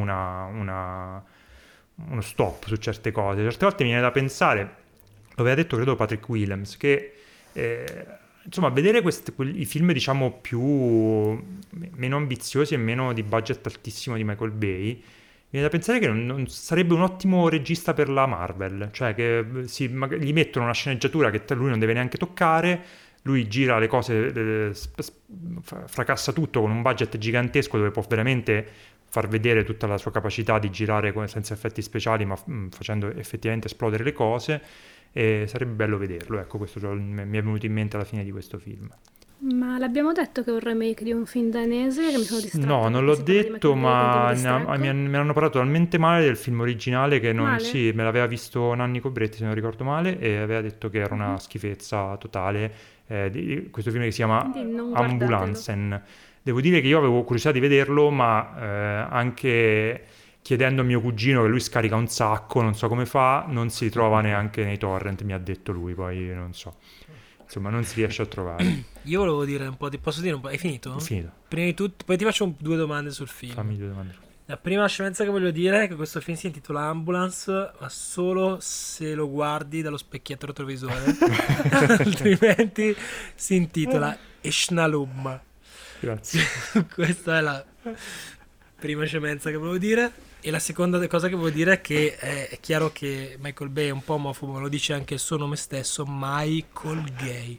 uno stop su certe cose. Certe volte mi viene da pensare, lo aveva detto credo Patrick Willems, che insomma vedere i film diciamo meno ambiziosi e meno di budget altissimo di Michael Bay, viene da pensare che non sarebbe un ottimo regista per la Marvel, cioè che gli mettono una sceneggiatura che lui non deve neanche toccare, lui gira le cose, fracassa tutto con un budget gigantesco dove può veramente far vedere tutta la sua capacità di girare senza effetti speciali, ma facendo effettivamente esplodere le cose, e sarebbe bello vederlo. Ecco, questo mi è venuto in mente alla fine di questo film. Ma l'abbiamo detto che è un remake di un film danese, che mi sono distratta? No, non l'ho detto, ma mi hanno parlato talmente male del film originale che non... Sì, me l'aveva visto Nanni Cobretti, se non ricordo male, e aveva detto che era una schifezza totale, di questo film che si chiama Ambulansen. Devo dire che io avevo curiosità di vederlo, ma anche chiedendo a mio cugino, che lui scarica un sacco, non so come fa, non si trova neanche nei torrent, mi ha detto lui, poi non so. Insomma, non si riesce a trovare. Io volevo dire un po', posso dire un po'? Hai finito? Ho finito. Prima di tutto, poi ti faccio 2 domande sul film. Fammi 2 domande. La prima scemenza che voglio dire è che questo film si intitola Ambulance, ma solo se lo guardi dallo specchietto retrovisore. Altrimenti si intitola Eshnalum. Grazie. Questa è la prima scemenza che volevo dire. E la seconda cosa che volevo dire è che è chiaro che Michael Bay è un po' omofobo, lo dice anche il suo nome stesso, Michael Gay.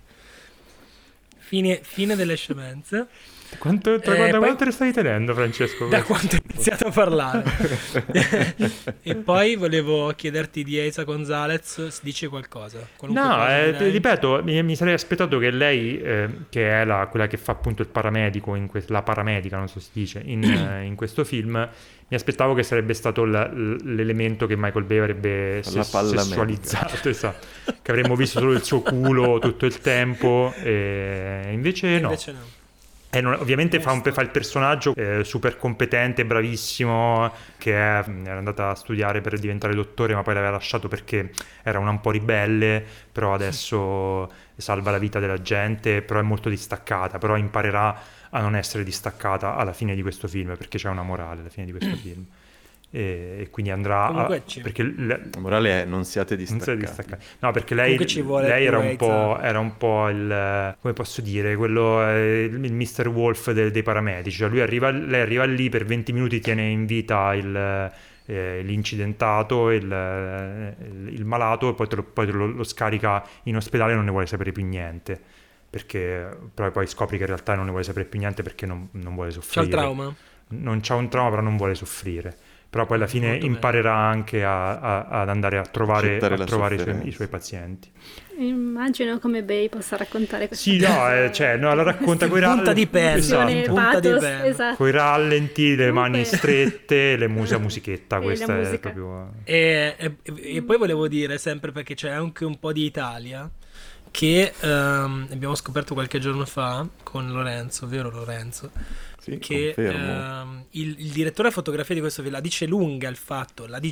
Fine delle scemenze. Da quanto te ne stavi tenendo, Francesco? Da quanto ho iniziato a parlare. E poi volevo chiederti di Eiza Gonzalez, si dice qualcosa? Ripeto, mi sarei aspettato che lei, che è quella che fa appunto il paramedico, la paramedica, non so si dice, in questo film, mi aspettavo che sarebbe stato l'elemento che Michael Bay avrebbe sessualizzato, esatto, che avremmo visto solo il suo culo tutto il tempo, e invece no. Ovviamente fa il personaggio super competente, bravissimo, che era andata a studiare per diventare dottore, ma poi l'aveva lasciato perché era un po' ribelle, però adesso salva la vita della gente, però è molto distaccata, però imparerà a non essere distaccata alla fine di questo film, perché c'è una morale alla fine di questo film. E quindi andrà perché la morale è non siate distaccati. No, perché lei era un po' il, come posso dire, quello, il Mr. Wolf dei paramedici, cioè lei arriva lì per 20 minuti, tiene in vita l'incidentato, il malato, e poi lo scarica in ospedale e non ne vuole sapere più niente, perché poi scopri che in realtà non ne vuole sapere più niente perché non vuole soffrire. C'ha il trauma? Non c'ha un trauma, però non vuole soffrire. Però poi alla fine imparerà anche ad andare a trovare i suoi pazienti. Immagino come Bay possa raccontare questo. Sì, la racconta coi rallenti. Punta di penna. Esatto. Coi rallenti, le mani strette, musichetta. Questa è proprio. E poi volevo dire, sempre perché c'è anche un po' di Italia, che abbiamo scoperto qualche giorno fa con Lorenzo, vero Lorenzo? Sì, che il direttore a fotografia di questo film la dice lunga il fatto che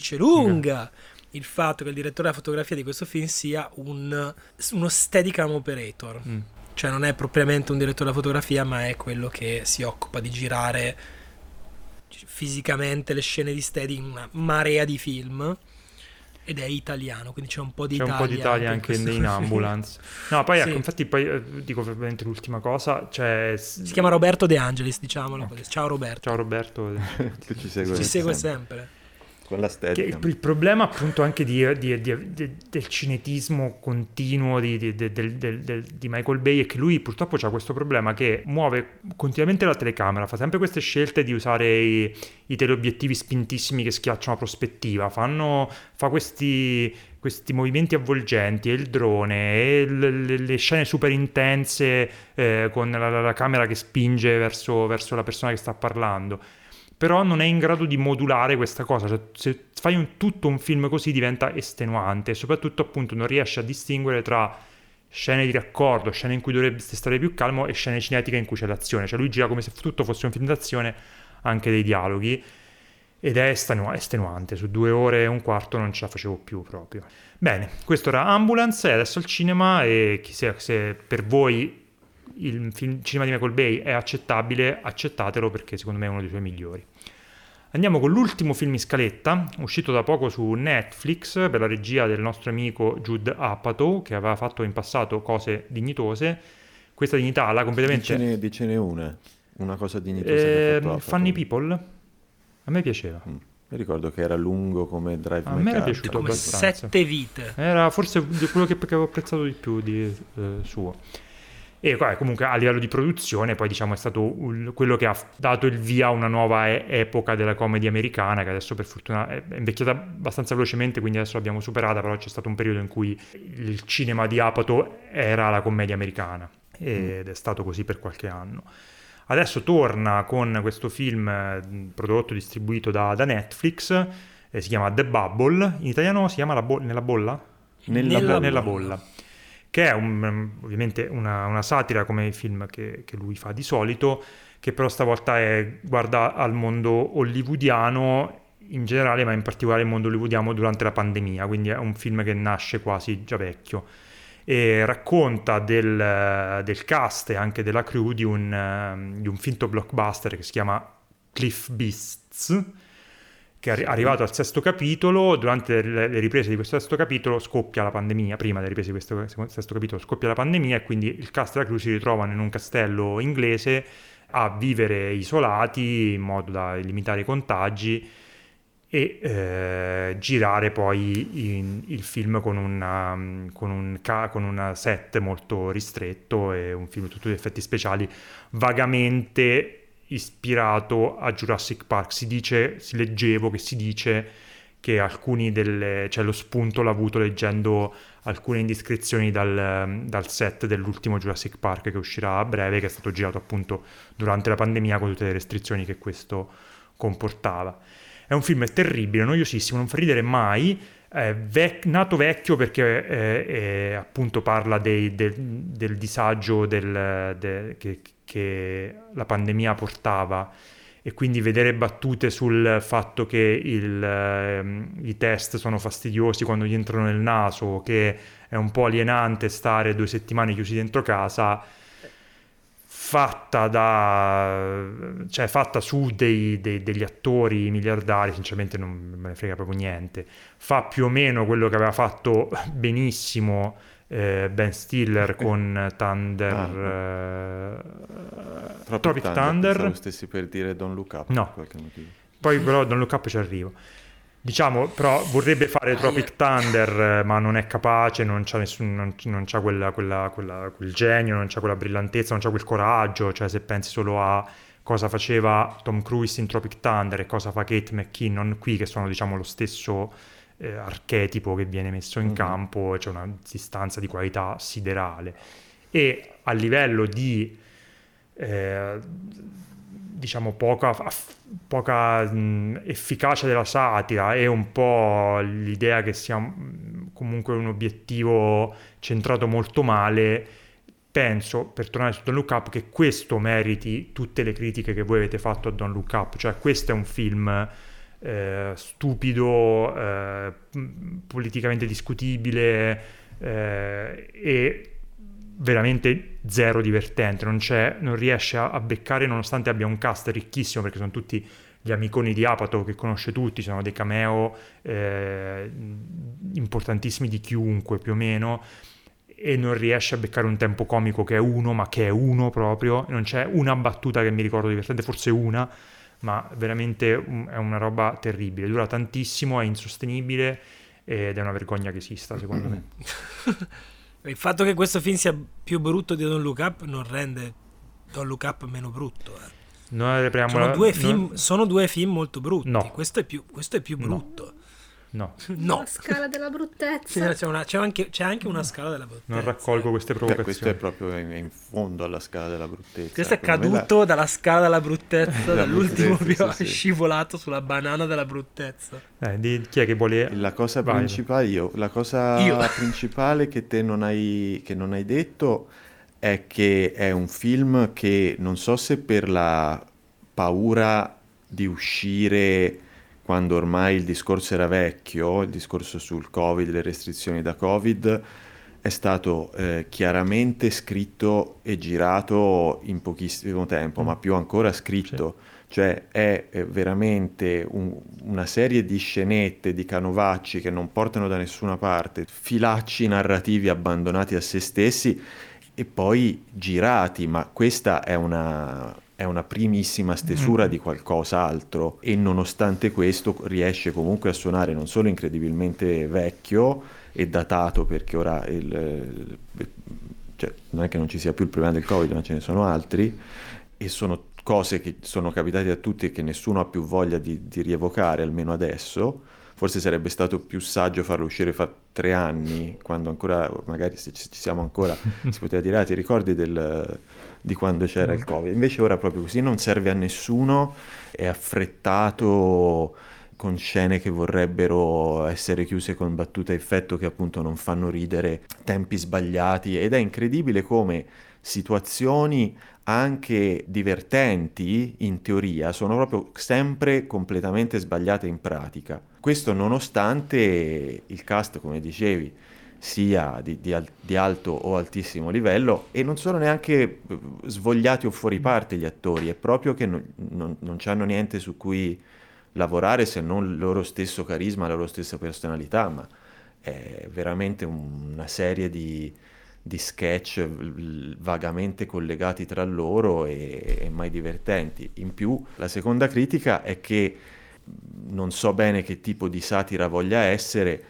il direttore a fotografia di questo film sia uno steadicam operator, cioè non è propriamente un direttore a fotografia, ma è quello che si occupa di girare fisicamente le scene di steady in una marea di film, ed è italiano, quindi c'è un po' di Italia anche in Ambulance. No, poi ecco, infatti poi dico veramente l'ultima cosa, si chiama Roberto De Angelis, diciamolo. Okay. Ciao Roberto. Tu ci segue sempre. Con la steadicam. Il problema appunto anche del cinetismo continuo di Michael Bay è che lui purtroppo ha questo problema che muove continuamente la telecamera, fa sempre queste scelte di usare i teleobiettivi spintissimi che schiacciano la prospettiva, fa questi movimenti avvolgenti, e il drone, e le scene super intense con la camera che spinge verso la persona che sta parlando. Però non è in grado di modulare questa cosa, cioè, se fai tutto un film così diventa estenuante, e soprattutto appunto non riesci a distinguere tra scene di raccordo, scene in cui dovresti stare più calmo, e scene cinetiche in cui c'è l'azione, cioè lui gira come se tutto fosse un film d'azione, anche dei dialoghi, ed è estenuante, su 2 ore e un quarto non ce la facevo più proprio. Bene, questo era Ambulance, è adesso al cinema, e se per voi il cinema di Michael Bay è accettabile, accettatelo, perché secondo me è uno dei suoi migliori. Andiamo con l'ultimo film in scaletta, uscito da poco su Netflix per la regia del nostro amico Judd Apatow, che aveva fatto in passato cose dignitose. Questa dignità l'ha completamente... Dicene una cosa dignitosa. Funny People? A me piaceva. Mi ricordo che era lungo come Drive My Car. A me è piaciuto come abbastanza. 7 vite. Era forse quello che avevo apprezzato di più di suo. E comunque a livello di produzione poi diciamo è stato quello che ha dato il via a una nuova epoca della comedy americana, che adesso per fortuna è invecchiata abbastanza velocemente, quindi adesso l'abbiamo superata, però c'è stato un periodo in cui il cinema di Apatow era la commedia americana ed è stato così per qualche anno. Adesso torna con questo film prodotto e distribuito da Netflix, si chiama The Bubble, in italiano si chiama Nella bolla? Nella bolla. Che è ovviamente una satira come i film che lui fa di solito, che però stavolta guarda al mondo hollywoodiano in generale, ma in particolare il mondo hollywoodiano durante la pandemia, quindi è un film che nasce quasi già vecchio e racconta del cast e anche della crew di un finto blockbuster che si chiama Cliff Beasts, che è arrivato al 6º capitolo. Durante le riprese di questo 6º capitolo scoppia la pandemia, prima delle riprese di questo 6º capitolo scoppia la pandemia e quindi il cast e la crew si ritrovano in un castello inglese a vivere isolati in modo da limitare i contagi e girare poi il film con un set molto ristretto e un film tutto di effetti speciali vagamente ispirato a Jurassic Park. Leggevo che si dice che cioè lo spunto l'ha avuto leggendo alcune indiscrezioni dal set dell'ultimo Jurassic Park che uscirà a breve, che è stato girato appunto durante la pandemia con tutte le restrizioni che questo comportava. È un film terribile, noiosissimo, non fa ridere mai, nato vecchio perché appunto parla del disagio che la pandemia portava, e quindi vedere battute sul fatto che i test sono fastidiosi quando gli entrano nel naso, che è un po' alienante stare 2 settimane chiusi dentro casa, fatta su degli attori miliardari, sinceramente non me ne frega proprio niente. Fa più o meno quello che aveva fatto benissimo Ben Stiller con Tropic Thunder. Pensavo stessi per dire Don't Look Up, no, per qualche motivo. Poi però Don't Look Up ci arrivo. Diciamo, però vorrebbe fare Tropic Thunder, ma non è capace, non c'ha quel genio, non c'ha quella brillantezza, non c'ha quel coraggio. Cioè, se pensi solo a cosa faceva Tom Cruise in Tropic Thunder e cosa fa Kate McKinnon qui, che sono diciamo lo stesso archetipo che viene messo in campo, c'è una distanza di qualità siderale. E a livello di diciamo poca efficacia della satira e un po' l'idea che sia comunque un obiettivo centrato molto male, penso, per tornare su Don't Look Up, che questo meriti tutte le critiche che voi avete fatto a Don't Look Up. Cioè, questo è un film stupido, politicamente discutibile e veramente zero divertente. Non riesce a beccare, nonostante abbia un cast ricchissimo, perché sono tutti gli amiconi di Apatow che conosce tutti, sono dei cameo importantissimi di chiunque più o meno, e non riesce a beccare un tempo comico che è uno proprio. Non c'è una battuta che mi ricordo divertente, forse una, ma veramente è una roba terribile, dura tantissimo, è insostenibile ed è una vergogna che esista, secondo me. Il fatto che questo film sia più brutto di Don't Look Up non rende Don't Look Up meno brutto. Sono due film molto brutti. No. Questo è più brutto. No. La scala della bruttezza. C'è anche una scala della bruttezza. Non raccolgo queste provocazioni. Questo è proprio in fondo alla scala della bruttezza. Questo è caduto dalla scala della bruttezza, dall'ultimo sì. scivolato sulla banana della bruttezza. Chi è che vuole... La cosa principale, principale che te non hai detto è che è un film che, non so se per la paura di uscire quando ormai il discorso era vecchio, il discorso sul Covid, le restrizioni da Covid, è stato chiaramente scritto e girato in pochissimo tempo, ma più ancora scritto. Sì. Cioè è veramente una serie di scenette, di canovacci che non portano da nessuna parte, filacci narrativi abbandonati a se stessi e poi girati, ma questa è una primissima stesura di qualcos'altro, e nonostante questo riesce comunque a suonare non solo incredibilmente vecchio e datato, perché ora cioè non è che non ci sia più il problema del Covid, ma ce ne sono altri, e sono cose che sono capitate a tutti e che nessuno ha più voglia di rievocare, almeno adesso. Forse sarebbe stato più saggio farlo uscire fra 3 anni, quando ancora, magari se ci siamo ancora, si poteva dire, ti ricordi di quando c'era il Covid? Invece ora proprio così non serve a nessuno, è affrettato, con scene che vorrebbero essere chiuse con battute a effetto che appunto non fanno ridere, tempi sbagliati, ed è incredibile come situazioni anche divertenti in teoria sono proprio sempre completamente sbagliate in pratica. Questo nonostante il cast, come dicevi, sia di alto o altissimo livello, e non sono neanche svogliati o fuori parte gli attori, è proprio che non c'hanno niente su cui lavorare se non il loro stesso carisma, la loro stessa personalità, ma è veramente una serie di sketch vagamente collegati tra loro e mai divertenti. In più, la seconda critica è che non so bene che tipo di satira voglia essere,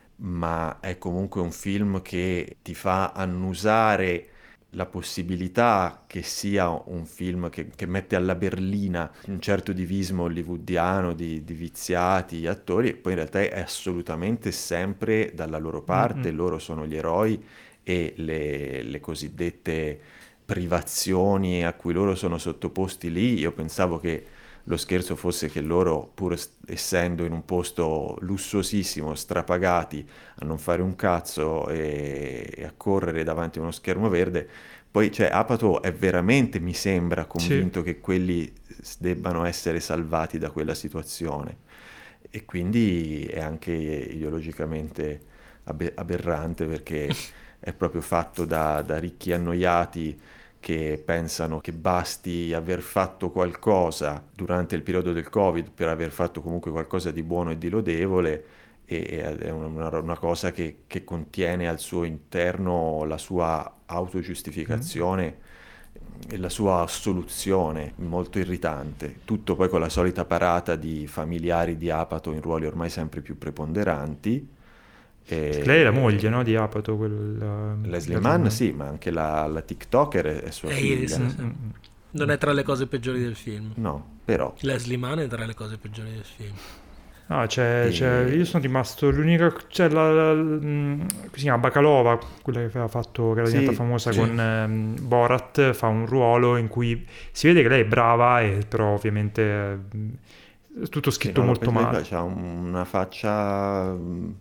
ma è comunque un film che ti fa annusare la possibilità che sia un film che mette alla berlina un certo divismo hollywoodiano di viziati attori, e poi in realtà è assolutamente sempre dalla loro parte, loro sono gli eroi, e le cosiddette privazioni a cui loro sono sottoposti lì, io pensavo che lo scherzo fosse che loro, pur essendo in un posto lussuosissimo, strapagati, a non fare un cazzo e a correre davanti a uno schermo verde, poi cioè Apatow è veramente, mi sembra, convinto che quelli debbano essere salvati da quella situazione, e quindi è anche ideologicamente aberrante, perché è proprio fatto da ricchi annoiati che pensano che basti aver fatto qualcosa durante il periodo del Covid per aver fatto comunque qualcosa di buono e di lodevole, e è una cosa che contiene al suo interno la sua autogiustificazione e la sua assoluzione, molto irritante. Tutto poi con la solita parata di familiari di Apatow in ruoli ormai sempre più preponderanti. Lei è la moglie, no, di Apatow, Leslie Mann, sì, ma anche la TikToker è sua figlia. Non è tra le cose peggiori del film. No, però Leslie Mann è tra le cose peggiori del film. Ah, io sono rimasto l'unica, come si chiama, Bakalova, quella che aveva fatto, che era diventata famosa con Borat, fa un ruolo in cui si vede che lei è brava, però ovviamente è tutto scritto molto male. C'ha una faccia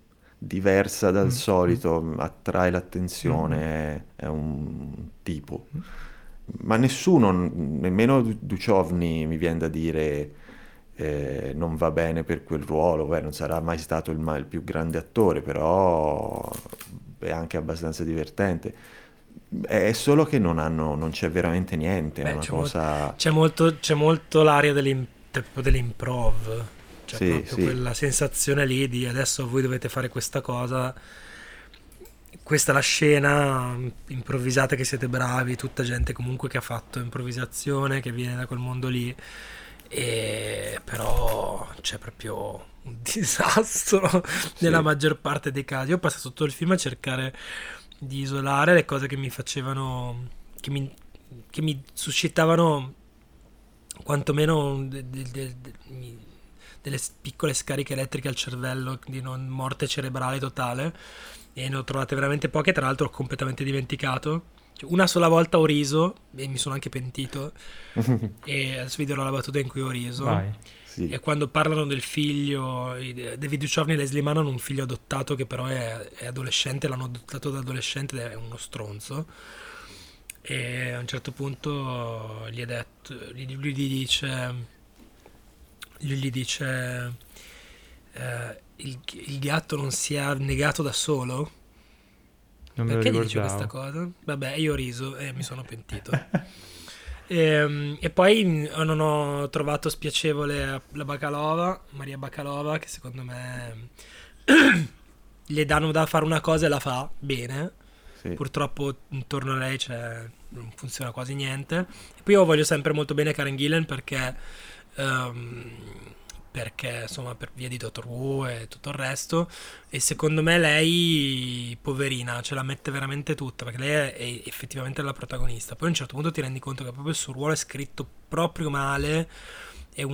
diversa dal solito, attrae l'attenzione, è un tipo. Ma nessuno, nemmeno Duchovny, mi viene da dire, non va bene per quel ruolo. Beh, non sarà mai stato il più grande attore, però è anche abbastanza divertente. È solo che non c'è veramente niente. È una cosa... C'è molto l'aria dell'improv. Cioè proprio quella sensazione lì di adesso voi dovete fare questa cosa, questa è la scena, improvvisate che siete bravi, tutta gente comunque che ha fatto improvvisazione, che viene da quel mondo lì, e però c'è proprio un disastro nella maggior parte dei casi. Io ho passato tutto il film a cercare di isolare le cose che mi facevano, che mi suscitavano quantomeno delle piccole scariche elettriche al cervello, di non morte cerebrale totale, e ne ho trovate veramente poche. Tra l'altro ho completamente dimenticato, una sola volta ho riso e mi sono anche pentito e adesso vi dirò la battuta in cui ho riso. Sì. E quando parlano del figlio, David Duchovny e Leslie Mann hanno un figlio adottato che però è adolescente, l'hanno adottato da adolescente ed è uno stronzo, e a un certo punto lui gli dice il gatto non si è annegato da solo. Non me lo perché gli dice ricordavo. questa cosa? Vabbè, io ho riso e mi sono pentito. E poi non ho trovato spiacevole la Maria Bakalova, che secondo me le danno da fare una cosa e la fa bene. Sì. Purtroppo intorno a lei non funziona quasi niente. E poi io voglio sempre molto bene Karen Gillan, perché perché insomma per via di Doctor Who e tutto il resto, e secondo me lei, poverina, ce la mette veramente tutta, perché lei è effettivamente la protagonista. Poi a un certo punto ti rendi conto che proprio il suo ruolo è scritto proprio male, è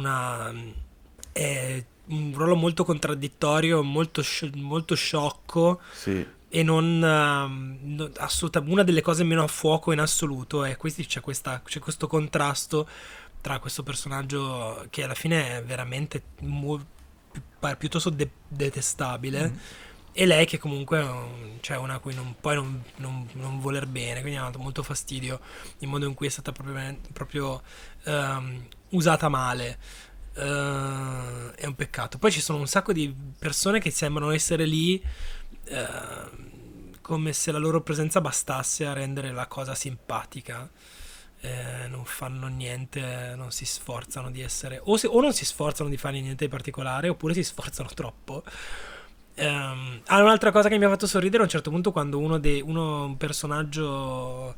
un ruolo molto contraddittorio, molto sciocco, Sì, e assolutamente una delle cose meno a fuoco in assoluto è c'è questo contrasto tra questo personaggio che alla fine è veramente piuttosto detestabile, e lei che comunque c'è una a cui non puoi non voler bene, quindi ha dato molto fastidio il modo in cui è stata proprio usata male. È un peccato. Poi ci sono un sacco di persone che sembrano essere lì come se la loro presenza bastasse a rendere la cosa simpatica. Non fanno niente, non si sforzano di essere, o non si sforzano di fare niente di particolare, oppure si sforzano troppo. Un'altra cosa che mi ha fatto sorridere a un certo punto, quando un personaggio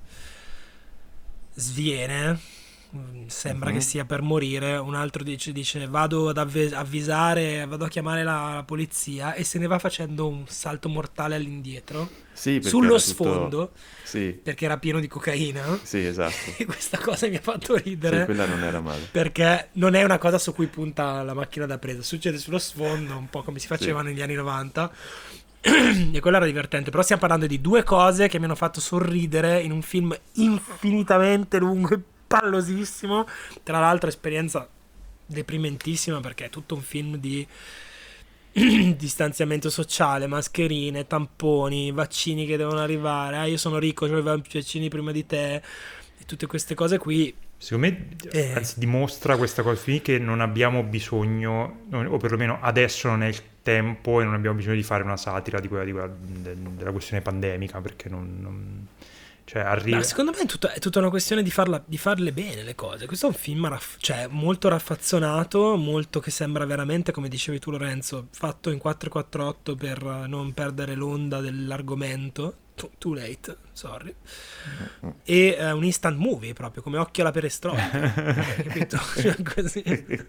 sviene, sembra che sia per morire, un altro dice vado ad avvisare, vado a chiamare la polizia, e se ne va facendo un salto mortale all'indietro, sì, perché sullo era sfondo, Sì, perché era pieno di cocaina. sì, esatto. E questa cosa mi ha fatto ridere, Sì, quella non era male. perché non è una cosa su cui punta la macchina da presa, succede sullo sfondo, un po' come si faceva Sì. negli anni 90. E quello era divertente. Però stiamo parlando di due cose che mi hanno fatto sorridere in un film infinitamente lungo e pallosissimo. Tra l'altro esperienza deprimentissima, perché è tutto un film di distanziamento sociale, mascherine, tamponi, vaccini che devono arrivare. Io sono ricco, c'avevo i vaccini prima di te, e tutte queste cose qui. Secondo me, anzi, dimostra questa cosa qui, che non abbiamo bisogno, o perlomeno adesso non è il tempo, e non abbiamo bisogno di fare una satira della questione pandemica, perché cioè arriva... No, secondo me è tutta una questione di farle bene le cose. Questo è un film molto raffazzonato, molto, che sembra veramente, come dicevi tu Lorenzo, fatto in 448 per non perdere l'onda dell'argomento. Too late, sorry. E un instant movie, proprio come Occhio alla perestroica, capito? Cioè, così.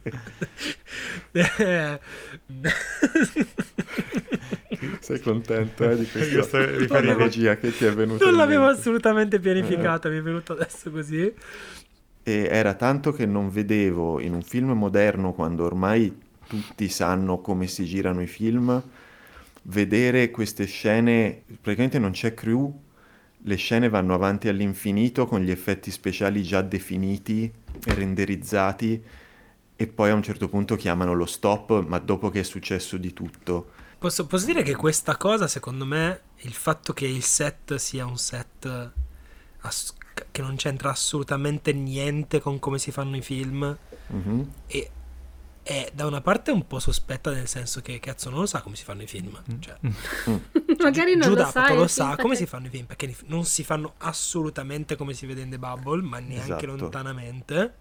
Sei contento di questa Questa analogia che ti è venuta Non in l'avevo mente? assolutamente pianificata, mi è venuto adesso così. E era tanto che non vedevo in un film moderno, quando ormai tutti sanno come si girano i film, vedere queste scene, praticamente non c'è crew, le scene vanno avanti all'infinito con gli effetti speciali già definiti e renderizzati, e poi a un certo punto chiamano lo stop, ma dopo che è successo di tutto. Posso dire che questa cosa, secondo me, il fatto che il set sia un set che non c'entra assolutamente niente con come si fanno i film, Mhm. e è da una parte un po' sospetta, nel senso che cazzo non lo sa come si fanno i film, cioè, Magari non lo Giudato sai. lo sì, sa come perché- si fanno i film, perché non si fanno assolutamente come si vede in The Bubble, ma neanche Esatto. lontanamente.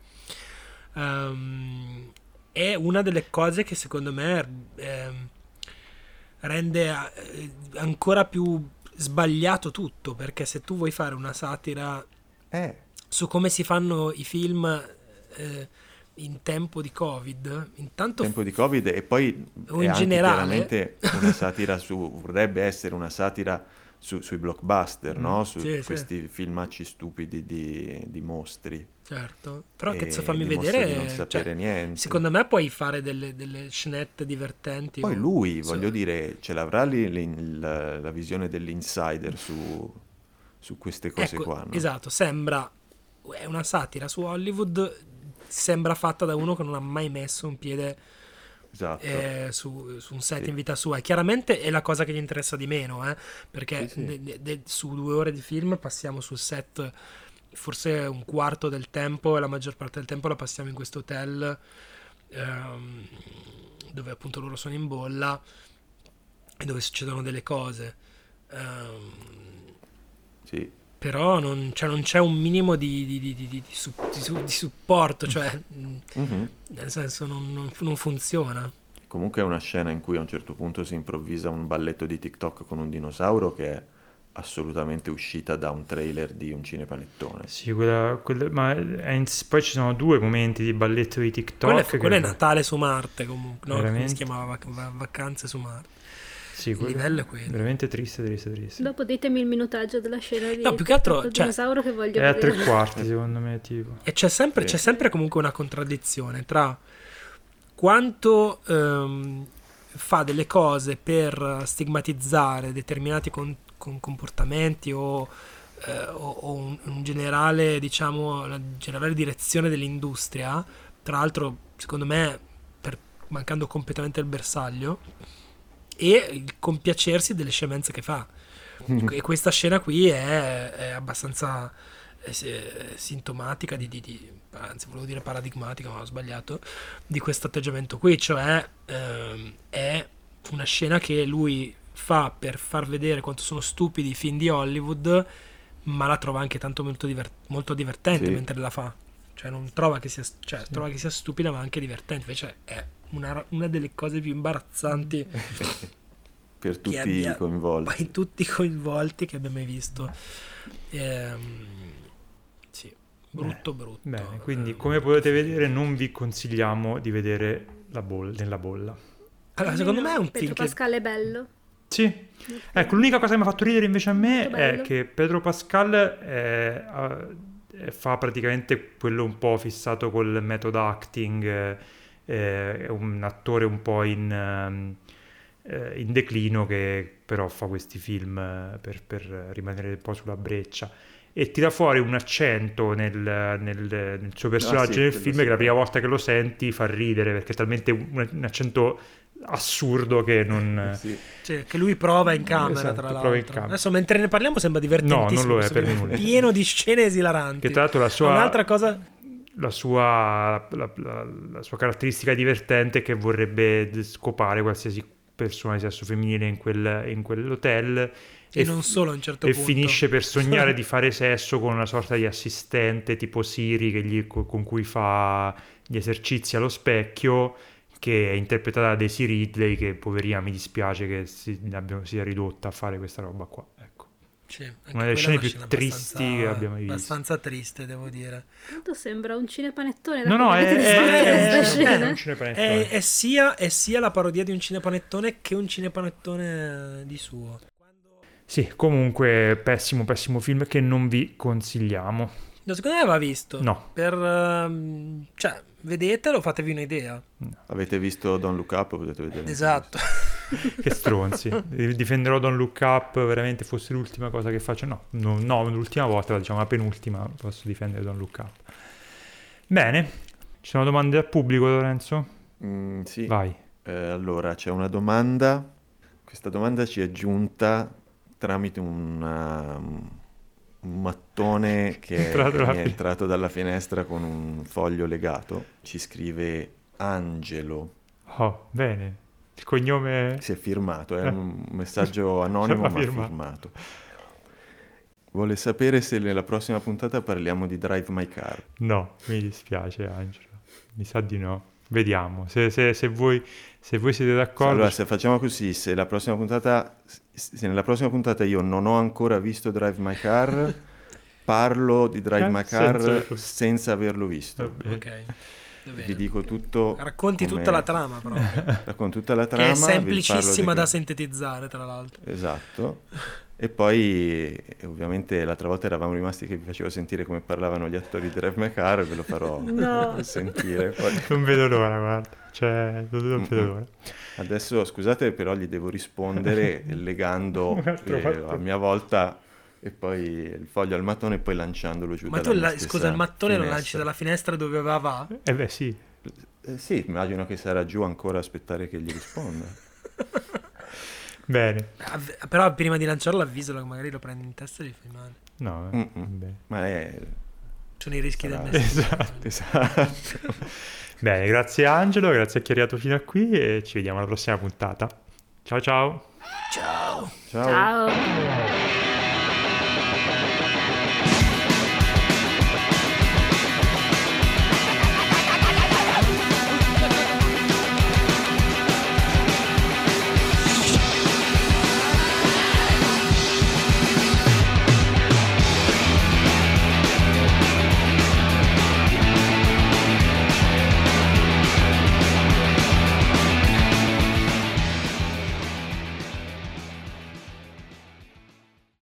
È una delle cose che secondo me rende ancora più sbagliato tutto, perché se tu vuoi fare una satira su come si fanno i film in tempo di Covid, intanto Tempo di Covid, e poi o è in anche generale chiaramente una satira vorrebbe essere una satira sui blockbuster, no? Su sì, sì. questi filmacci stupidi di mostri. certo, però E cazzo, fammi dimostra vedere, di non sapere cioè, niente. secondo me puoi fare delle scenette divertenti. Poi o- lui, so- voglio dire, ce l'avrà la visione dell'insider su queste cose ecco, qua, no? esatto, è una satira su Hollywood, sembra fatta da uno che non ha mai messo un piede Esatto. su un set Sì. in vita sua, e chiaramente è la cosa che gli interessa di meno, perché Sì, sì. su 2 ore di film passiamo sul set forse un quarto del tempo, e la maggior parte del tempo la passiamo in questo hotel, dove appunto loro sono in bolla e dove succedono delle cose. Sì. Però non c'è un minimo di supporto, cioè Mhm. nel senso non funziona. Comunque è una scena in cui a un certo punto si improvvisa un balletto di TikTok con un dinosauro che è assolutamente uscita da un trailer di un cinepanettone. Sì, ma poi ci sono 2 momenti di balletto di TikTok. Quello è Natale su Marte comunque, no? Veramente? Come si chiamava? Vacanze su Marte. Sì, Il livello è quello. Veramente triste. Dopo ditemi il minutaggio della scena di No, più che altro, del cioè, dinosauro che voglio È a vedere. 3/4 secondo me, tipo. E c'è sempre comunque una contraddizione tra quanto fa delle cose per stigmatizzare determinati comportamenti o un generale, diciamo, la generale direzione dell'industria, tra l'altro secondo me mancando completamente il bersaglio, e il compiacersi delle scemenze che fa. E questa scena qui è abbastanza sintomatica anzi volevo dire paradigmatica, ma ho sbagliato, di questo atteggiamento qui, cioè è una scena che lui fa per far vedere quanto sono stupidi i film di Hollywood, ma la trova anche tanto molto divertente, sì, mentre la fa. Cioè non trova che sia, trova che sia stupida, ma anche divertente. Invece è una delle cose più imbarazzanti per tutti i coinvolti. Bei tutti coinvolti che abbiamo mai visto. Sì, brutto. Bene, quindi come potete vedere non vi consigliamo di vedere Nella bolla. Allora, secondo me è un film Pedro Pascal è bello. Sì. Ecco, l'unica cosa che mi ha fatto ridere invece a me Bello. è che Pedro Pascal fa praticamente quello un po' fissato col method acting, è un attore un po' in declino che però fa questi film per rimanere un po' sulla breccia, e tira fuori un accento nel suo personaggio nel film che la prima volta che lo senti fa ridere, perché è talmente un accento assurdo che non... Sì. Cioè, che lui prova in camera, esatto, tra l'altro. Adesso mentre ne parliamo sembra No, divertentissimo. non lo è per nulla. Pieno di scene esilaranti. Che tra l'altro un'altra cosa... La sua caratteristica divertente è che vorrebbe scopare qualsiasi persona di sesso femminile in quell'hotel, e non solo a un certo e punto. finisce per sognare di fare sesso con una sorta di assistente tipo Siri con cui fa gli esercizi allo specchio, che è interpretata da Daisy Ridley, che poverina mi dispiace che sia ridotta a fare questa roba qua, ecco. Sì, una delle scene più tristi che abbiamo visto. Abbastanza triste, devo dire. Tanto sembra un cinepanettone. No, è un cinepanettone. È sia la parodia di un cinepanettone che un cinepanettone di suo. Sì, comunque pessimo film che non vi consigliamo. No, secondo me va visto. No. Cioè, vedetelo, fatevi un'idea. No. Avete visto Don't Look Up? Potete vedere. Esatto. Che stronzi. Difenderò Don't Look Up, veramente fosse l'ultima cosa che faccio. No, l'ultima volta, diciamo la penultima, posso difendere Don't Look Up. Bene, ci sono domande dal pubblico, Lorenzo? Sì. Vai. Allora, c'è una domanda. Questa domanda ci è giunta tramite un mattone che è entrato dalla finestra con un foglio legato. Ci scrive Angelo. Oh, bene. Il cognome... Si è firmato, è un messaggio anonimo ma firmato. Vuole sapere se nella prossima puntata parliamo di Drive My Car. No, mi dispiace Angelo, mi sa di no. Vediamo, se voi siete d'accordo. Allora, se facciamo così, se nella prossima puntata io non ho ancora visto Drive My Car, parlo di Drive My Car senza averlo visto. Ok. Vi dico tutto. Racconti tutta la trama, però. Racconto tutta la trama. Che è semplicissima da sintetizzare, tra l'altro. Esatto. E poi, ovviamente, l'altra volta eravamo rimasti che vi facevo sentire come parlavano gli attori di Drive My Car, e ve lo farò sentire. Poi. Non vedo l'ora, guarda. Cioè, non vedo l'ora. Adesso, scusate, però gli devo rispondere legando a mia volta e poi il foglio al mattone e poi lanciandolo giù. Ma tu, scusa, il mattone lo lanci dalla finestra dove va? Beh, sì. Sì, immagino che sarà giù ancora a aspettare che gli risponda. Bene. Però prima di lanciarlo avvisalo che magari lo prendi in testa e gli fai male. No, ma sono i rischi del mestiere. Esatto. Bene, grazie Angelo, grazie a chi è arrivato fino a qui e ci vediamo alla prossima puntata. Ciao. Ciao.